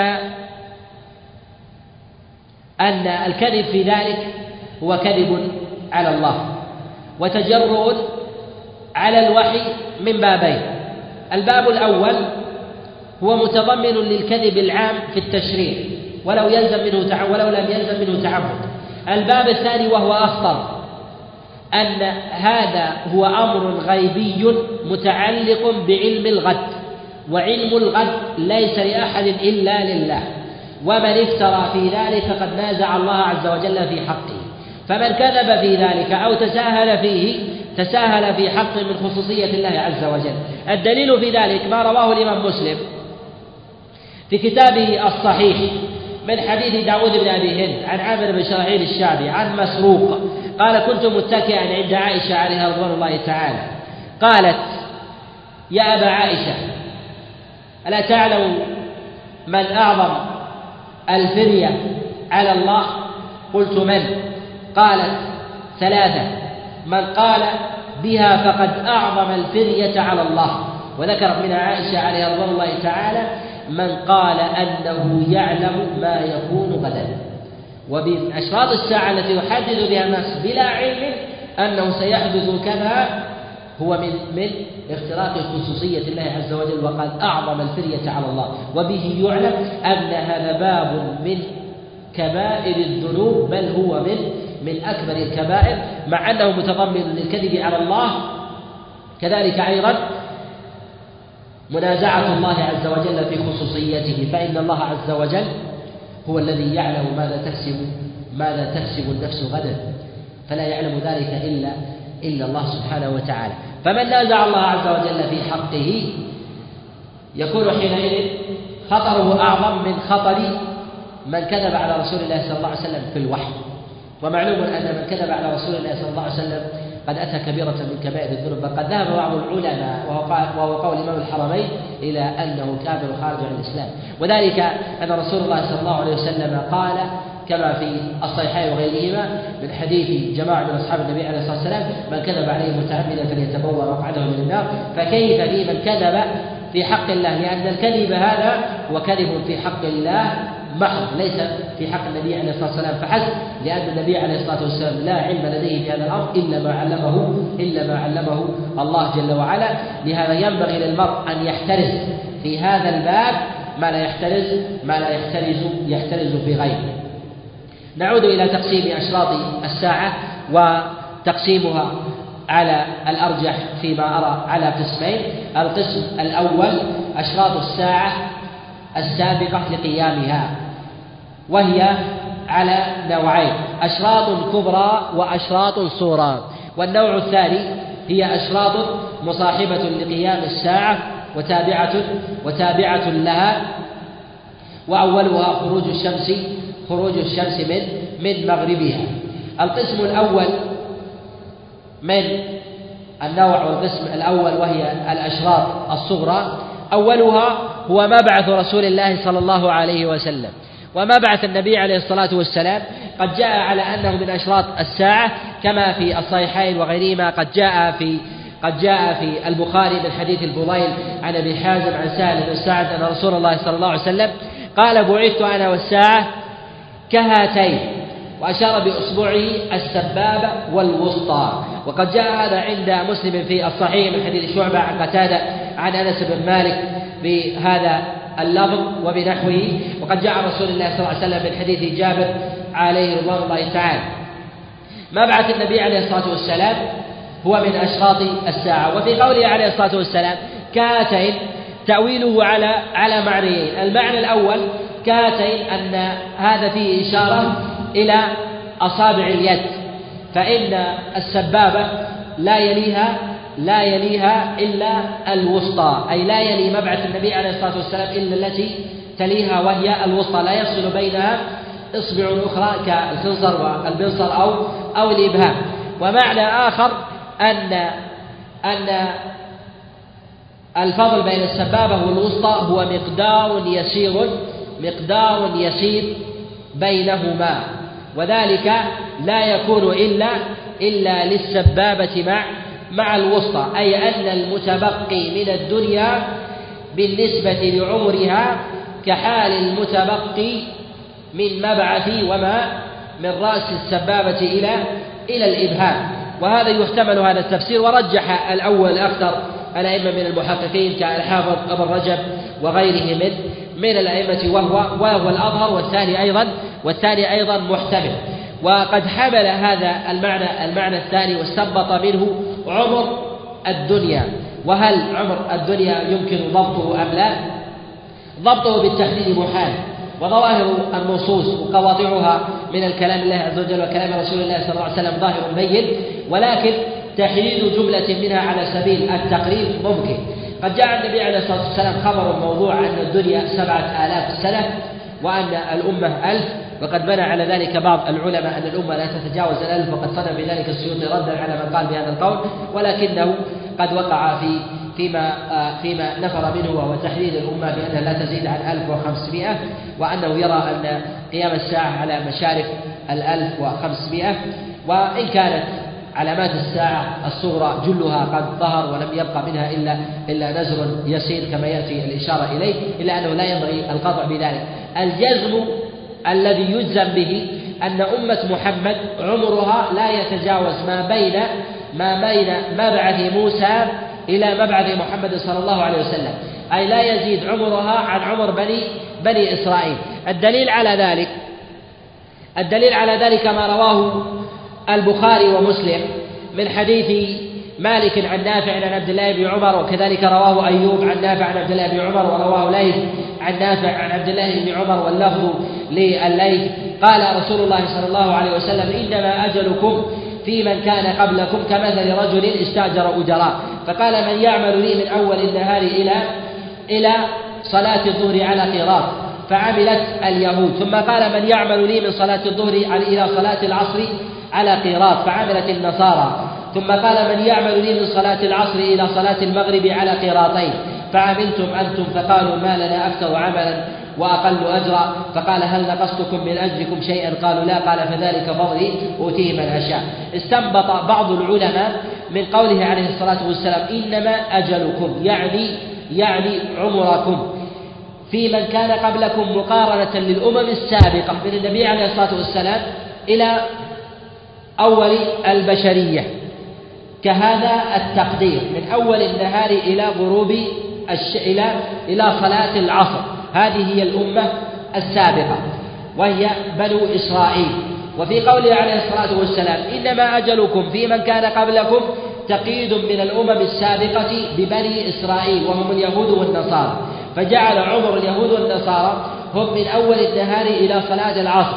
أن الكذب في ذلك هو كذب على الله وتجرؤ على الوحي من بابين: الباب الأول هو متضمن للكذب العام في التشريع ولو يلزم منه تعمد ولو لم يلزم منه تعمد. الباب الثاني وهو أخطر، أن هذا هو أمر غيبي متعلق بعلم الغد، وعلم الغد ليس لأحد إلا لله، ومن افترى في ذلك فقد نازع الله عز وجل في حقه. فمن كذب في ذلك أو تساهل فيه تساهل في حق من خصوصية الله عز وجل. الدليل في ذلك ما رواه الإمام مسلم في كتابه الصحيح من حديث داود بن أبي هند عن عامر بن شراحيل الشعبي عن مسروق قال: كنت متكئا عند عائشة عليها رضوان الله تعالى، قالت: يا أبا عائشة، ألا تعلم من أعظم الفرية على الله؟ قلت: من؟ قالت: ثلاثة: من قال بها فقد أعظم الفرية على الله، وذكرت منها عائشة عليها رضوان الله تعالى: من قال أنه يعلم ما يكون غدا. ومن أشراط الساعة التي يحدد بها الناس بلا علم أنه سيحدث كذا هو من من اختراق خصوصية الله عز وجل، وقال أعظم الفرية على الله، وبه يعلم أن هذا باب من كبائر الذنوب، بل هو من من أكبر الكبائر، مع أنه متضمن للكذب على الله. كذلك أيضا منازعة الله عز وجل في خصوصيته، فإن الله عز وجل هو الذي يعلم ماذا تكسب ماذا تكسب النفس غدا، فلا يعلم ذلك إلا إلا الله سبحانه وتعالى. فمن نازع الله عز وجل في حقه يكون حينئذ خطره أعظم من خطر من كذب على رسول الله صلى الله عليه وسلم في الوحي. ومعلوم أن من كذب على رسول الله صلى الله عليه وسلم قد أتى كبيرة من كبائر الذنوب، فقد ذهب بعض العلماء وهو قول إمام الحرمين إلى أنه كافر خارج عن الإسلام، وذلك أن رسول الله صلى الله عليه وسلم قال كما في الصحيحين وغيرهما من حديث جماعة من أصحاب النبي عليه الصلاة والسلام: من كذب عليه متعمدا فليتبوأ مقعده من النار. فكيف في من كذب في حق الله؟ لأن الكذب هذا هو كذب في حق الله محض، ليس في حق النبي عليه الصلاة والسلام فحسب، لأن النبي عليه الصلاة والسلام لا علم لديه في هذا الأمر إلا ما علمه إلا ما علمه الله جل وعلا. لهذا ينبغي للمرء أن يحترز في هذا الباب ما لا يحترز ما لا يحترز يحترز في غيره. نعود إلى تقسيم أشراط الساعة، وتقسيمها على الأرجح فيما أرى على قسمين: القسم الأول أشراط الساعة السابقة لقيامها، وهي على نوعين: أشراط كبرى وأشراط صغرى. والنوع الثاني هي أشراط مصاحبة لقيام الساعة وتابعة وتابعة لها، وأولها خروج الشمس خروج الشمس من من مغربها. القسم الأول من النوع والقسم الأول وهي الأشراط الصغرى، أولها هو مبعث رسول الله صلى الله عليه وسلم. ومبعث النبي عليه الصلاة والسلام قد جاء على أنه من أشراط الساعة كما في الصحيحين وغيرهما. قد جاء في قد جاء في البخاري من حديث الفضيل عن أبي حازم عن سهل بن سعد أن رسول الله صلى الله عليه وسلم قال: بعثت أنا والساعة كهاتين، وأشار بأصبعه السبابة والوسطى. وقد جاء هذا عند مسلم في الصحيح من حديث شعبة عن قتادة عن أنس بن مالك بهذا اللفظ وبنحوه. وقد جاء رسول الله صلى الله عليه وسلم من حديث جابر عليه رضوان الله تعالى. مبعث النبي عليه الصلاة والسلام هو من أشراط الساعة. وفي قوله عليه الصلاة والسلام كهاتين تأويله على على معنيين. المعنى الأول كهاتين أن هذا فيه إشارة إلى أصابع اليد، فإن السبابة لا يليها لا يليها إلا الوسطى، أي لا يلي مبعث النبي عليه الصلاة والسلام إلا التي تليها وهي الوسطى، لا يفصل بينها إصبع أخرى كالخنصر والبنصر أو أو الإبهام. ومعنى آخر أن أن الفضل بين السبابة والوسطى هو مقدار يسير مقدار يسير بينهما، وذلك لا يكون إلا إلا للسبابة مع مع الوسطى، أي أن المتبقي من الدنيا بالنسبة لعمرها كحال المتبقي من مبعث وما من رأس السبابة إلى إلى الإبهام. وهذا يحتمل هذا التفسير، ورجح الأول أكثر الأئمة من المحققين كالحافظ ابن رجب وغيره من من الأئمة، وهو وهو الأظهر، والثاني أيضا والثاني أيضا محتمل. وقد حمل هذا المعنى المعنى الثاني واستنبط منه عمر الدنيا. وهل عمر الدنيا يمكن ضبطه أم لا؟ ضبطه بالتحديد محال، وظواهر النصوص وقواطعها من الكلام الله عز وجل وكلام رسول الله صلى الله عليه وسلم ظاهر بين، ولكن تحديد جملة منها على سبيل التقريب ممكن. قد جاء النبي عليه الصلاة والسلام خبر موضوع أن الدنيا سبعة آلاف سنة وأن الأمة ألف، وقد بنى على ذلك بعض العلماء أن الأمة لا تتجاوز الألف، وقد صنع بذلك السيوطي ردا على من قال بهذا القول، ولكنه قد وقع في فيما فيما نفر منه، وهو تحديد الأمة بأنها لا تزيد عن ألف وخمسمائة، وأنه يرى أن قيام الساعة على مشارف الألف وخمسمائة. وإن كانت علامات الساعة الصغرى جلها قد ظهر ولم يبقى منها إلا إلا نزر يسير كما يأتي الإشارة إليه، إلا أنه لا ينبغي القطع بذلك. الجزم الذي يجزم به أن أمة محمد عمرها لا يتجاوز ما بين ما بين مبعث موسى إلى مبعث محمد صلى الله عليه وسلم، أي لا يزيد عمرها عن عمر بني بني إسرائيل. الدليل على ذلك الدليل على ذلك ما رواه البخاري ومسلم من حديث مالك عن نافع عن عبد الله بن عمر، وكذلك رواه أيوب عن نافع عن عبد الله بن عمر، ورواه ليث عن نافع عن عبد الله بن عمر واللفظ لليث. قال رسول الله صلى الله عليه وسلم: إنما أجلكم في من كان قبلكم كمثل رجل استأجر أجراء، فقال: من يعمل لي من أول النهار إلى إلى صلاة الظهر على قيراط، فعملت اليهود. ثم قال: من يعمل لي من صلاة الظهر إلى صلاة العصر على قيراط، فعملت النصارى. ثم قال: من يعمل لي من صلاة العصر إلى صلاة المغرب على قيراطين، فعملتم أنتم. فقالوا: ما لنا أكثر عملا وأقل أجرا. فقال: هل نقصتكم من أجركم شيئا؟ قالوا: لا. قال: فذلك فضلي أوتيه من أشاء. استنبط بعض العلماء من قوله عليه الصلاة والسلام: إنما أجلكم، يعني يعني عمركم في من كان قبلكم، مقارنة للأمم السابقة من النبي عليه الصلاة والسلام إلى أول البشرية، كهذا التقدير من أول النهار إلى غروب الش... إلى إلى صلاة العصر. هذه هي الأمة السابقة وهي بنو إسرائيل. وفي قوله عليه الصلاة والسلام: إنما أجلكم في من كان قبلكم، تقييد من الأمم السابقة ببني إسرائيل وهم اليهود والنصارى، فجعل عمر اليهود والنصارى هم من أول النهار إلى صلاة العصر،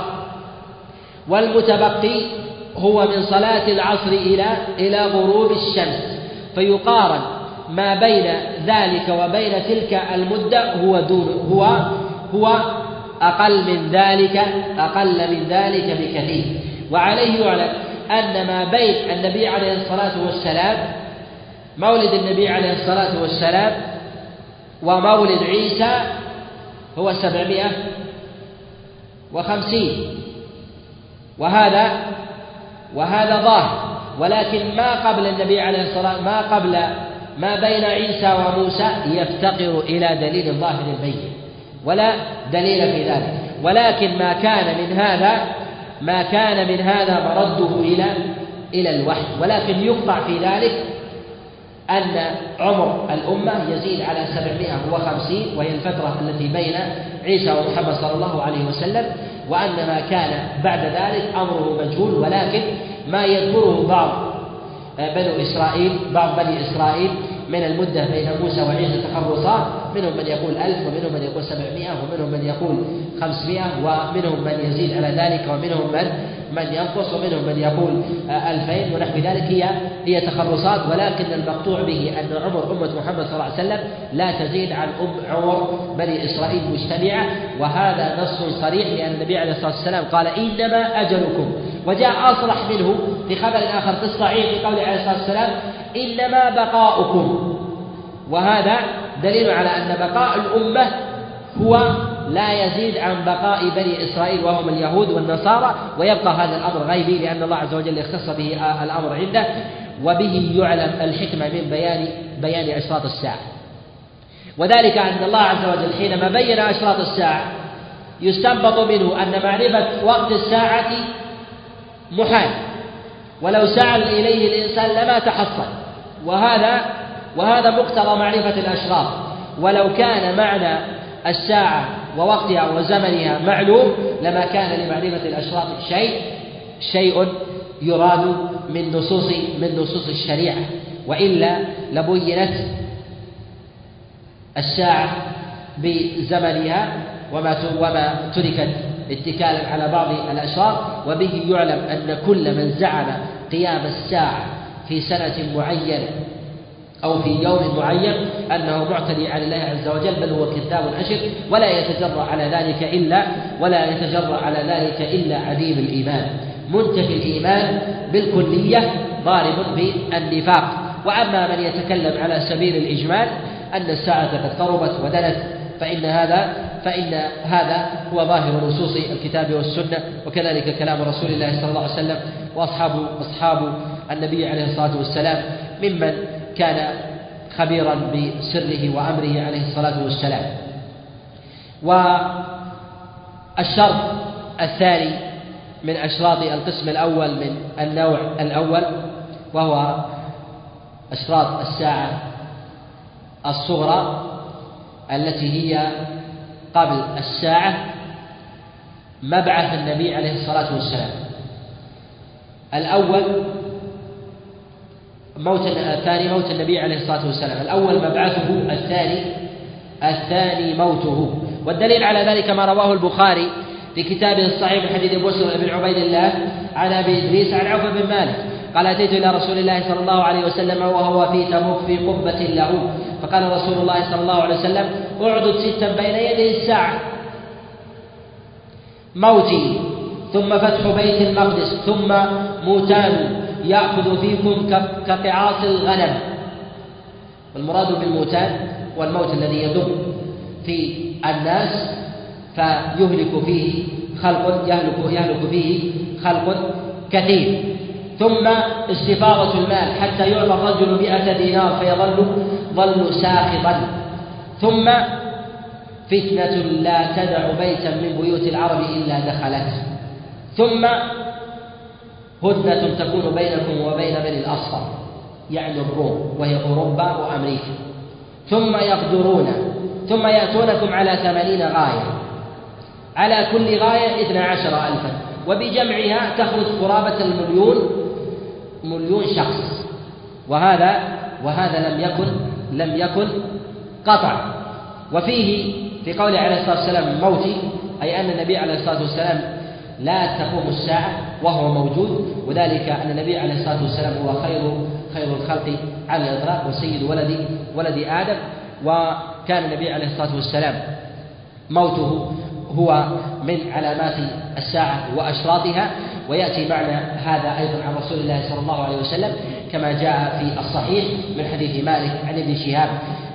والمتبقي هو من صلاة العصر إلى إلى غروب الشمس. فيقارن ما بين ذلك وبين تلك المدة هو دون هو هو أقل من ذلك أقل من ذلك بكثير. وعليه يعلم أن ما بين النبي عليه الصلاة والسلام مولد النبي عليه الصلاة والسلام ومولد عيسى هو سبعمائة وخمسين، وهذا وهذا ظاهر. ولكن ما قبل النبي عليه الصلاة والسلام، ما قبل ما بين عيسى وموسى يفتقر إلى دليل ظاهر بين، ولا دليل في ذلك. ولكن ما كان من هذا ما كان من هذا مرده إلى إلى الوحي. ولكن يقطع في ذلك أن عمر الأمة يزيد على سبعمائة وخمسين، وهي الفترة التي بين عيسى ومحمد صلى الله عليه وسلم، وأن ما كان بعد ذلك أمره مجهول. ولكن ما يذكره بعض بنو إسرائيل بعض بني إسرائيل من المدة بين موسى وعيسى تخرصات، منهم من يقول ألف، ومنهم من يقول سبعمائة، ومنهم من يقول خمسمائة، ومنهم من يزيد على ذلك، ومنهم من من ينقص، ومنهم من يقول ألفين ونحو ذلك. هي هي تخرصات. ولكن المقطوع به أن عمر أمة محمد صلى الله عليه وسلم لا تزيد عن أم عمر بني إسرائيل مجتمعة، وهذا نص صريح، لأن النبي عليه الصلاة والسلام قال إنما أجلكم. وجاء أصرح منه في خبر آخر في الصحيح في قوله عليه الصلاة والسلام إنما بقاؤكم، وهذا دليل على أن بقاء الأمة هو لا يزيد عن بقاء بني إسرائيل وهم اليهود والنصارى، ويبقى هذا الأمر غيبي لأن الله عز وجل اختص به الأمر عنده، وبه يعلم الحكمة من بيان بيان أشراط الساعة. وذلك أن الله عز وجل حينما بين أشراط الساعة يستنبط منه أن معرفة وقت الساعة محال، ولو سعى إليه الإنسان لما تحصل، وهذا وهذا مقتضى معرفة الأشراط. ولو كان معنى الساعة ووقتها وزمنها معلوم لما كان لمعرفة الأشراط شيء شيء يراد من نصوص من نصوص الشريعة، وإلا لبينت الساعة بزمنها وما وما تركت اتكالا على بعض الأشراط. وبه يعلم أن كل من زعم قيام الساعة في سنة معينة أو في يوم معين أنه معتدي على الله عز وجل، بل هو كذاب أشر، ولا يتجرأ على ذلك إلا ولا يتجرأ على ذلك إلا عديم الإيمان منتفي الإيمان بالكلية ضارب بالنفاق. وأما من يتكلم على سبيل الإجمال أن الساعة قد قربت ودنت، فإن هذا فإن هذا هو ظاهر نصوص الكتاب والسنة، وكذلك كلام رسول الله صلى الله عليه وسلم وأصحاب أصحاب النبي عليه الصلاة والسلام ممن كان خبيرا بسره وأمره عليه الصلاة والسلام. والشرط الثاني من أشراط القسم الأول من النوع الأول وهو أشراط الساعة الصغرى التي هي قبل الساعة مبعث النبي عليه الصلاة والسلام. الأول موت الثاني موت النبي عليه الصلاة والسلام، الأول مبعثه، الثاني الثاني موته. والدليل على ذلك ما رواه البخاري في كتابه الصحيح من حديث بسر بن عبيد الله عن أبي إدريس عن عوف بن مالك قال أتيت إلى رسول الله صلى الله عليه وسلم وهو في تبوك في قبة له، فقال رسول الله صلى الله عليه وسلم اعدد ستا بين يدي الساعة: موتي، ثم فتح بيت المقدس، ثم موتان يأخذ فيكم كقعاص الغنم. والمراد بالموتان والموت الذي يدب في الناس فيهلك فيه خلق يهلك, يهلك فيه خلق كثير. ثم استفاضة المال حتى يعطى الرجل مئة دينار فيظل ظل ساخطا. ثم فتنة لا تدع بيتا من بيوت العرب إلا دخلته. ثم هدنة تكون بينكم وبين بني الأصفر يعني الروم وهي أوروبا وأمريكا. ثم يغدرون، ثم يأتونكم على ثمانين غاية، على كل غاية اثنا عشر ألفا، وبجمعها تخرج قرابة المليون مليون شخص. وهذا وهذا لم يكن لم يكن قطع. وفيه في قوله عليه الصلاة والسلام موتي، أي أن النبي عليه الصلاة والسلام لا تقوم الساعة وهو موجود، وذلك أن النبي عليه الصلاة والسلام هو خير خير الخلق على الإطلاق وسيد ولد ولد آدم. وكان النبي عليه الصلاة والسلام موته هو من علامات الساعة وأشراطها. ويأتي معنى هذا أيضا عن رسول الله صلى الله عليه وسلم كما جاء في الصحيح من حديث مالك عن ابن شهاب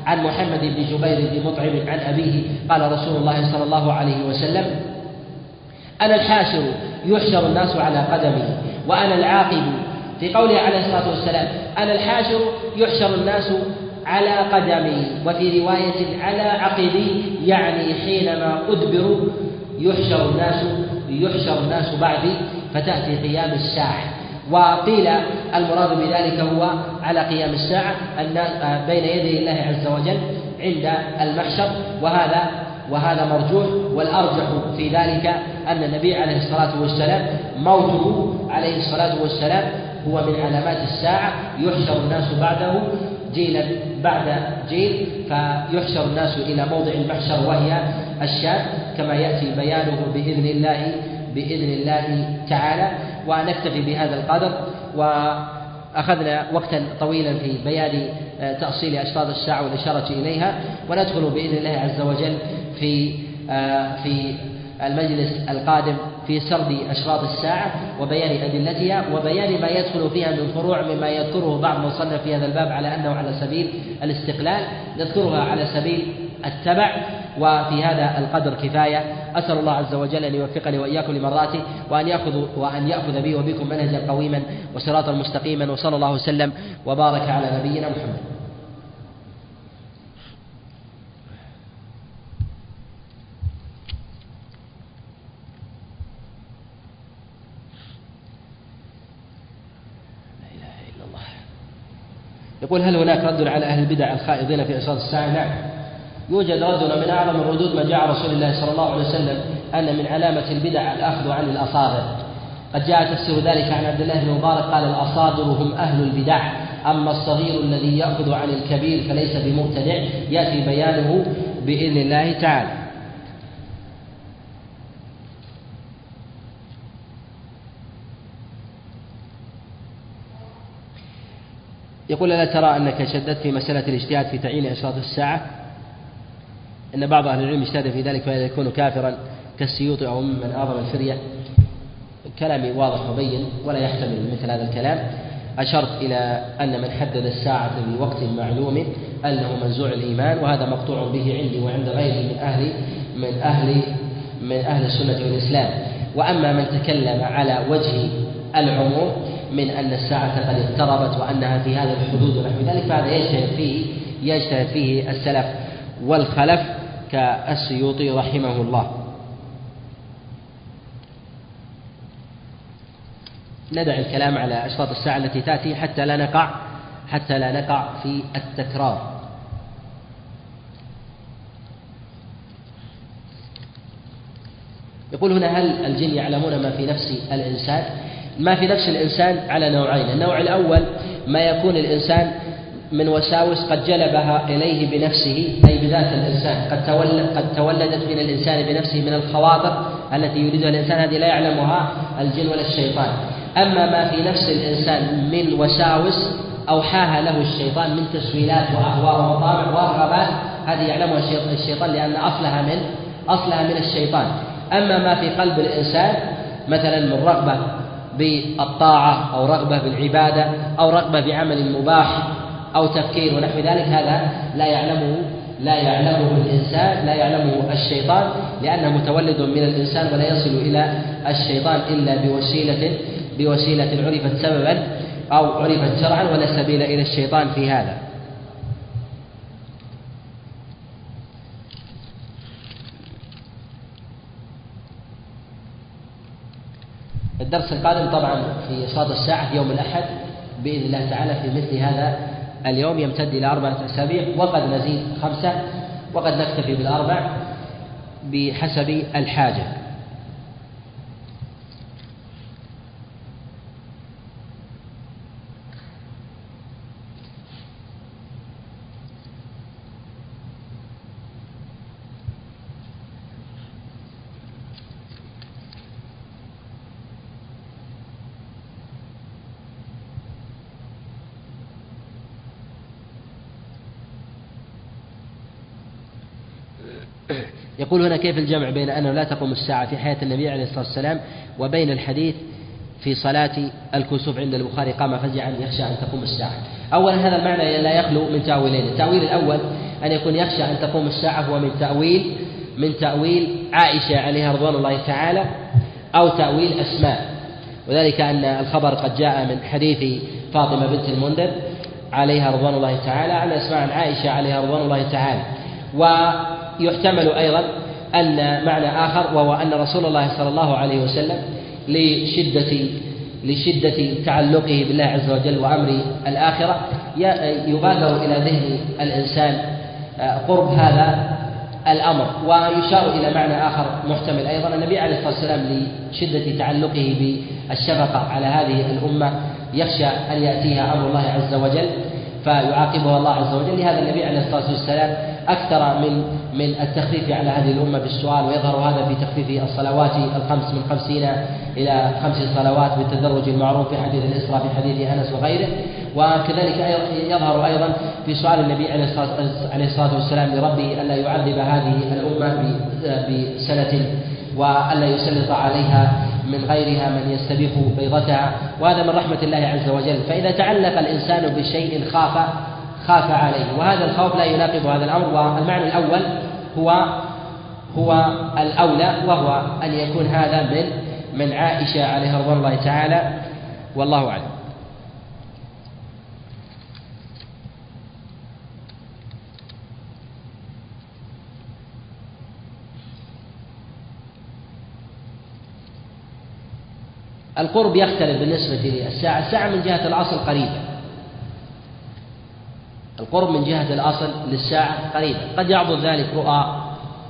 عن محمد بن جبير بن مطعم عن أبيه قال رسول الله صلى الله عليه وسلم: أنا الحاشر يحشر الناس على قدمي وأنا العاقب. في قوله عليه الصلاة والسلام: أنا الحاشر يحشر الناس على قدمي، وفي رواية على عقبي، يعني حينما أدبر يحشر الناس يحشر الناس بعدي فتأتي قيام الساعة. وقيل المراد بذلك هو على قيام الساعة بين يدي الله عز وجل عند المحشر، وهذا وهذا مرجوح. والأرجح في ذلك أن النبي عليه الصلاة والسلام موته عليه الصلاة والسلام هو من علامات الساعة، يحشر الناس بعده جيلا بعد جيل، فيحشر الناس إلى موضع المحشر وهي الشام، كما يأتي بيانه بإذن الله بإذن الله تعالى. ونكتفي بهذا القدر، وأخذنا وقتا طويلا في بيان تأصيل أشراط الساعة والإشارة إليها، وندخل بإذن الله عز وجل في في المجلس القادم في سرد أشراط الساعة وبيان أدلتها وبيان ما يدخل فيها من فروع مما يذكره بعض من صنف في هذا الباب على أنه على سبيل الاستقلال، نذكرها على سبيل التبع. وفي هذا القدر كفاية. أسأل الله عز وجل أن يوفقني وإياكم لمراته، وأن يأخذ وأن يأخذ بي وبكم منهجا قويما وصراطا مستقيما، وصلى الله وسلم وبارك على نبينا محمد. يقول: هل هناك رد على أهل البدع الخائضين في أشراط الساعة؟ نعم، يوجد ردنا. من أعظم الردود ما جاء رسول الله صلى الله عليه وسلم أن من علامة البدع الأخذ عن الأصاغر. قد جاء تفسير ذلك عن عبد الله بن مبارك قال: الأصاغر هم أهل البدع، أما الصغير الذي يأخذ عن الكبير فليس بمبتدع. يأتي بيانه بإذن الله تعالى. يقول: ألا ترى أنك شددت في مسألة الاجتهاد في تعيين أشراط الساعة؟ إن بعض أهل العلم اجتهد في ذلك فلا يكون كافرا كالسيوطي أو ممن أعظم الفرية. كلامي واضح وبين ولا يحتمل مثل هذا الكلام. أشرت إلى أن من حدد الساعة بوقت معلوم أنه منزوع الإيمان، وهذا مقطوع به عندي وعند غيري من أهل من أهل من أهل السنة والإسلام. وأما من تكلم على وجه العموم من أن الساعة قد اقتربت وأنها في هذا الحدود ونحو ذلك، فهذا يجتهد فيه يجتهد فيه السلف والخلف كالسيوطي رحمه الله. ندع الكلام على أشراط الساعة التي تأتي حتى لا نقع حتى لا نقع في التكرار. يقول هنا: هل الجن يعلمون ما في نفس الإنسان؟ ما في نفس الإنسان على نوعين. النوع الأول ما يكون الإنسان من وساوس قد جلبها إليه بنفسه، أي بذات الإنسان، قد تولد قد تولدت من الإنسان بنفسه من الخواطر التي يريدها الإنسان، هذه لا يعلمها الجن ولا الشيطان. أما ما في نفس الإنسان من وساوس أوحاها له الشيطان من تسويلات وأهواء ومطامع ورغبات، هذه يعلمها الشيطان لأن أصلها من أصلها من الشيطان. أما ما في قلب الإنسان مثلا من رغبة بالطاعة أو رغبة بالعبادة أو رغبة بعمل مباح أو تفكير ونحو ذلك، هذا لا يعلمه لا يعلمه الإنسان لا يعلمه الشيطان، لأنه متولد من الإنسان ولا يصل إلى الشيطان إلا بوسيلة بوسيلة عرفت سببا أو عرفت شرعا، ولا سبيل إلى الشيطان في هذا. الدرس القادم طبعا في أشراط الساعة يوم الأحد بإذن الله تعالى في مثل هذا اليوم، يمتد إلى أربعة أسابيع، وقد نزيد خمسة وقد نكتفي بالأربع بحسب الحاجة. يقول هنا: كيف الجمع بين أنه لا تقوم الساعة في حياة النبي عليه الصلاة والسلام وبين الحديث في صلاة الكسوف عند البخاري قام فزعا يخشى أن تقوم الساعة. أولا هذا المعنى لا يخلو من تأويلين. التأويل الأول أن يكون يخشى أن تقوم الساعة هو من تأويل من تأويل عائشة عليها رضوان الله تعالى أو تأويل أسماء، وذلك أن الخبر قد جاء من حديث فاطمة بنت المنذر عليها رضوان الله تعالى عن أسماء عن عائشة عليها رضوان الله تعالى. ويحتمل أيضا أن معنى آخر وهو أن رسول الله صلى الله عليه وسلم لشدة لشدة تعلقه بالله عز وجل وأمر الآخرة يبادر إلى ذهن الإنسان قرب هذا الأمر. ويشار إلى معنى آخر محتمل أيضا، النبي عليه الصلاة والسلام لشدة تعلقه بالشفقة على هذه الأمة يخشى أن يأتيها أمر الله عز وجل فيعاقبها الله عز وجل. لهذا النبي عليه الصلاة والسلام أكثر من من التخفيف على هذه الأمة بالسؤال، ويظهر هذا في تخفيف الصلوات الخمس من خمسين إلى خمس صلوات بالتدرج المعروف في حديث الإسراء في حديث أنس وغيره. وكذلك يظهر أيضا في سؤال النبي عليه الصلاة والسلام لربه ألا يعذب هذه الأمة بسنة وألا يسلط عليها من غيرها من يستبيح بيضتها، وهذا من رحمة الله عز وجل. فإذا تعلق الإنسان بشيء خاف خاف عليه، وهذا الخوف لا يناقض هذا الأمر. والمعنى الأول هو هو الأولى، وهو أن يكون هذا من من عائشة عليها رضوان الله تعالى، والله أعلم. القرب يختلف بالنسبة للساعة. الساعة من جهة الأصل قريبة، القرب من جهة الأصل للساعة قريبة. قد يعبد ذلك رؤى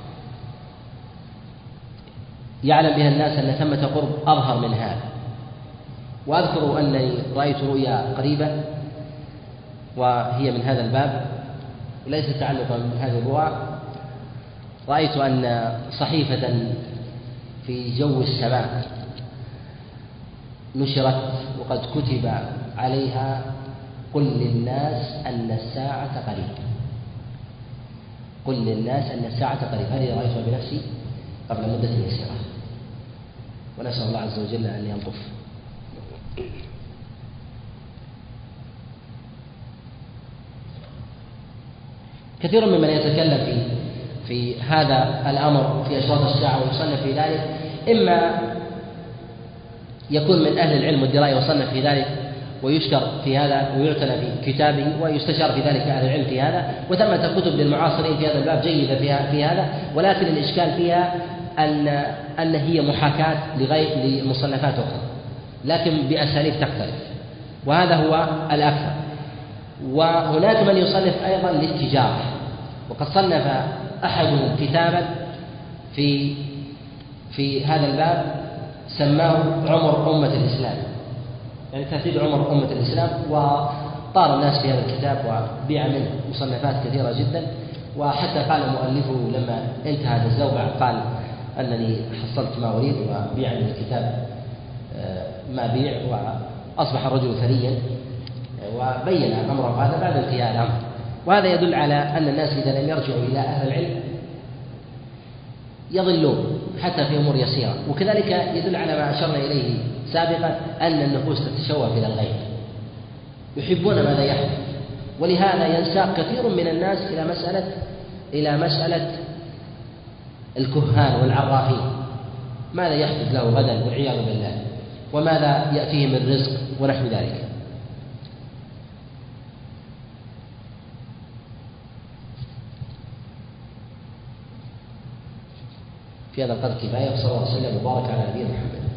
يعلم بها الناس أن ثمة قرب أظهر من هذا. وأذكر أني رأيت رؤيا قريبة وهي من هذا الباب وليس تعلقا من هذه الرؤى. رأيت أن صحيفة في جو السماء نشرت وقد كتب عليها قل للناس أن الساعة قريب، قل للناس أن الساعة قريب. هذه رأيتها بنفسي قبل مدة يسيرة، ونسأل الله عز وجل أن يلطف. كثير ممن يتكلم في في هذا الأمر في أشراط الساعة ويصنف في ذلك، إما يكون من أهل العلم والدراية وصنف في ذلك ويشكر في هذا ويعتنى في كتابه ويستشار في ذلك أهل العلم في هذا، وثمة كتب للمعاصرين في هذا الباب جيدة فيها في هذا، ولكن الإشكال فيها أن أن هي محاكاة لغير لمصنفات أخرى لكن بأساليب تختلف، وهذا هو الأكثر. وهناك من يصنف أيضا للتجارة، وقد صنف أحدهم كتابا في في هذا الباب سماه عمر أمة الإسلام، يعني ترتيب عمر أمة الإسلام، وطار الناس في هذا الكتاب وبيع منه مصنفات كثيرة جدا. وحتى قال مؤلفه لما انتهى هذا الزوبع قال أنني حصلت ما أريد وبيع من الكتاب ما بيع، وأصبح الرجل ثريا، وبين أمره هذا بعد انتهاء الأمر. وهذا يدل على أن الناس إذا لم يرجعوا إلى أهل العلم يضلون حتى في أمور يسيرة. وكذلك يدل على ما أشرنا إليه سابقا أن النفوس تتشوف إلى الغيب، يحبون ماذا يحدث، ولهذا ينساق كثير من الناس إلى مسألة إلى مسألة الكهان والعرافين، ماذا يحدث له غدا والعياذ بالله، وماذا يأتيه من رزق ونحو ذلك. في هذا القدر كفاية، وصلى الله وسلم وبارك على نبينا محمد.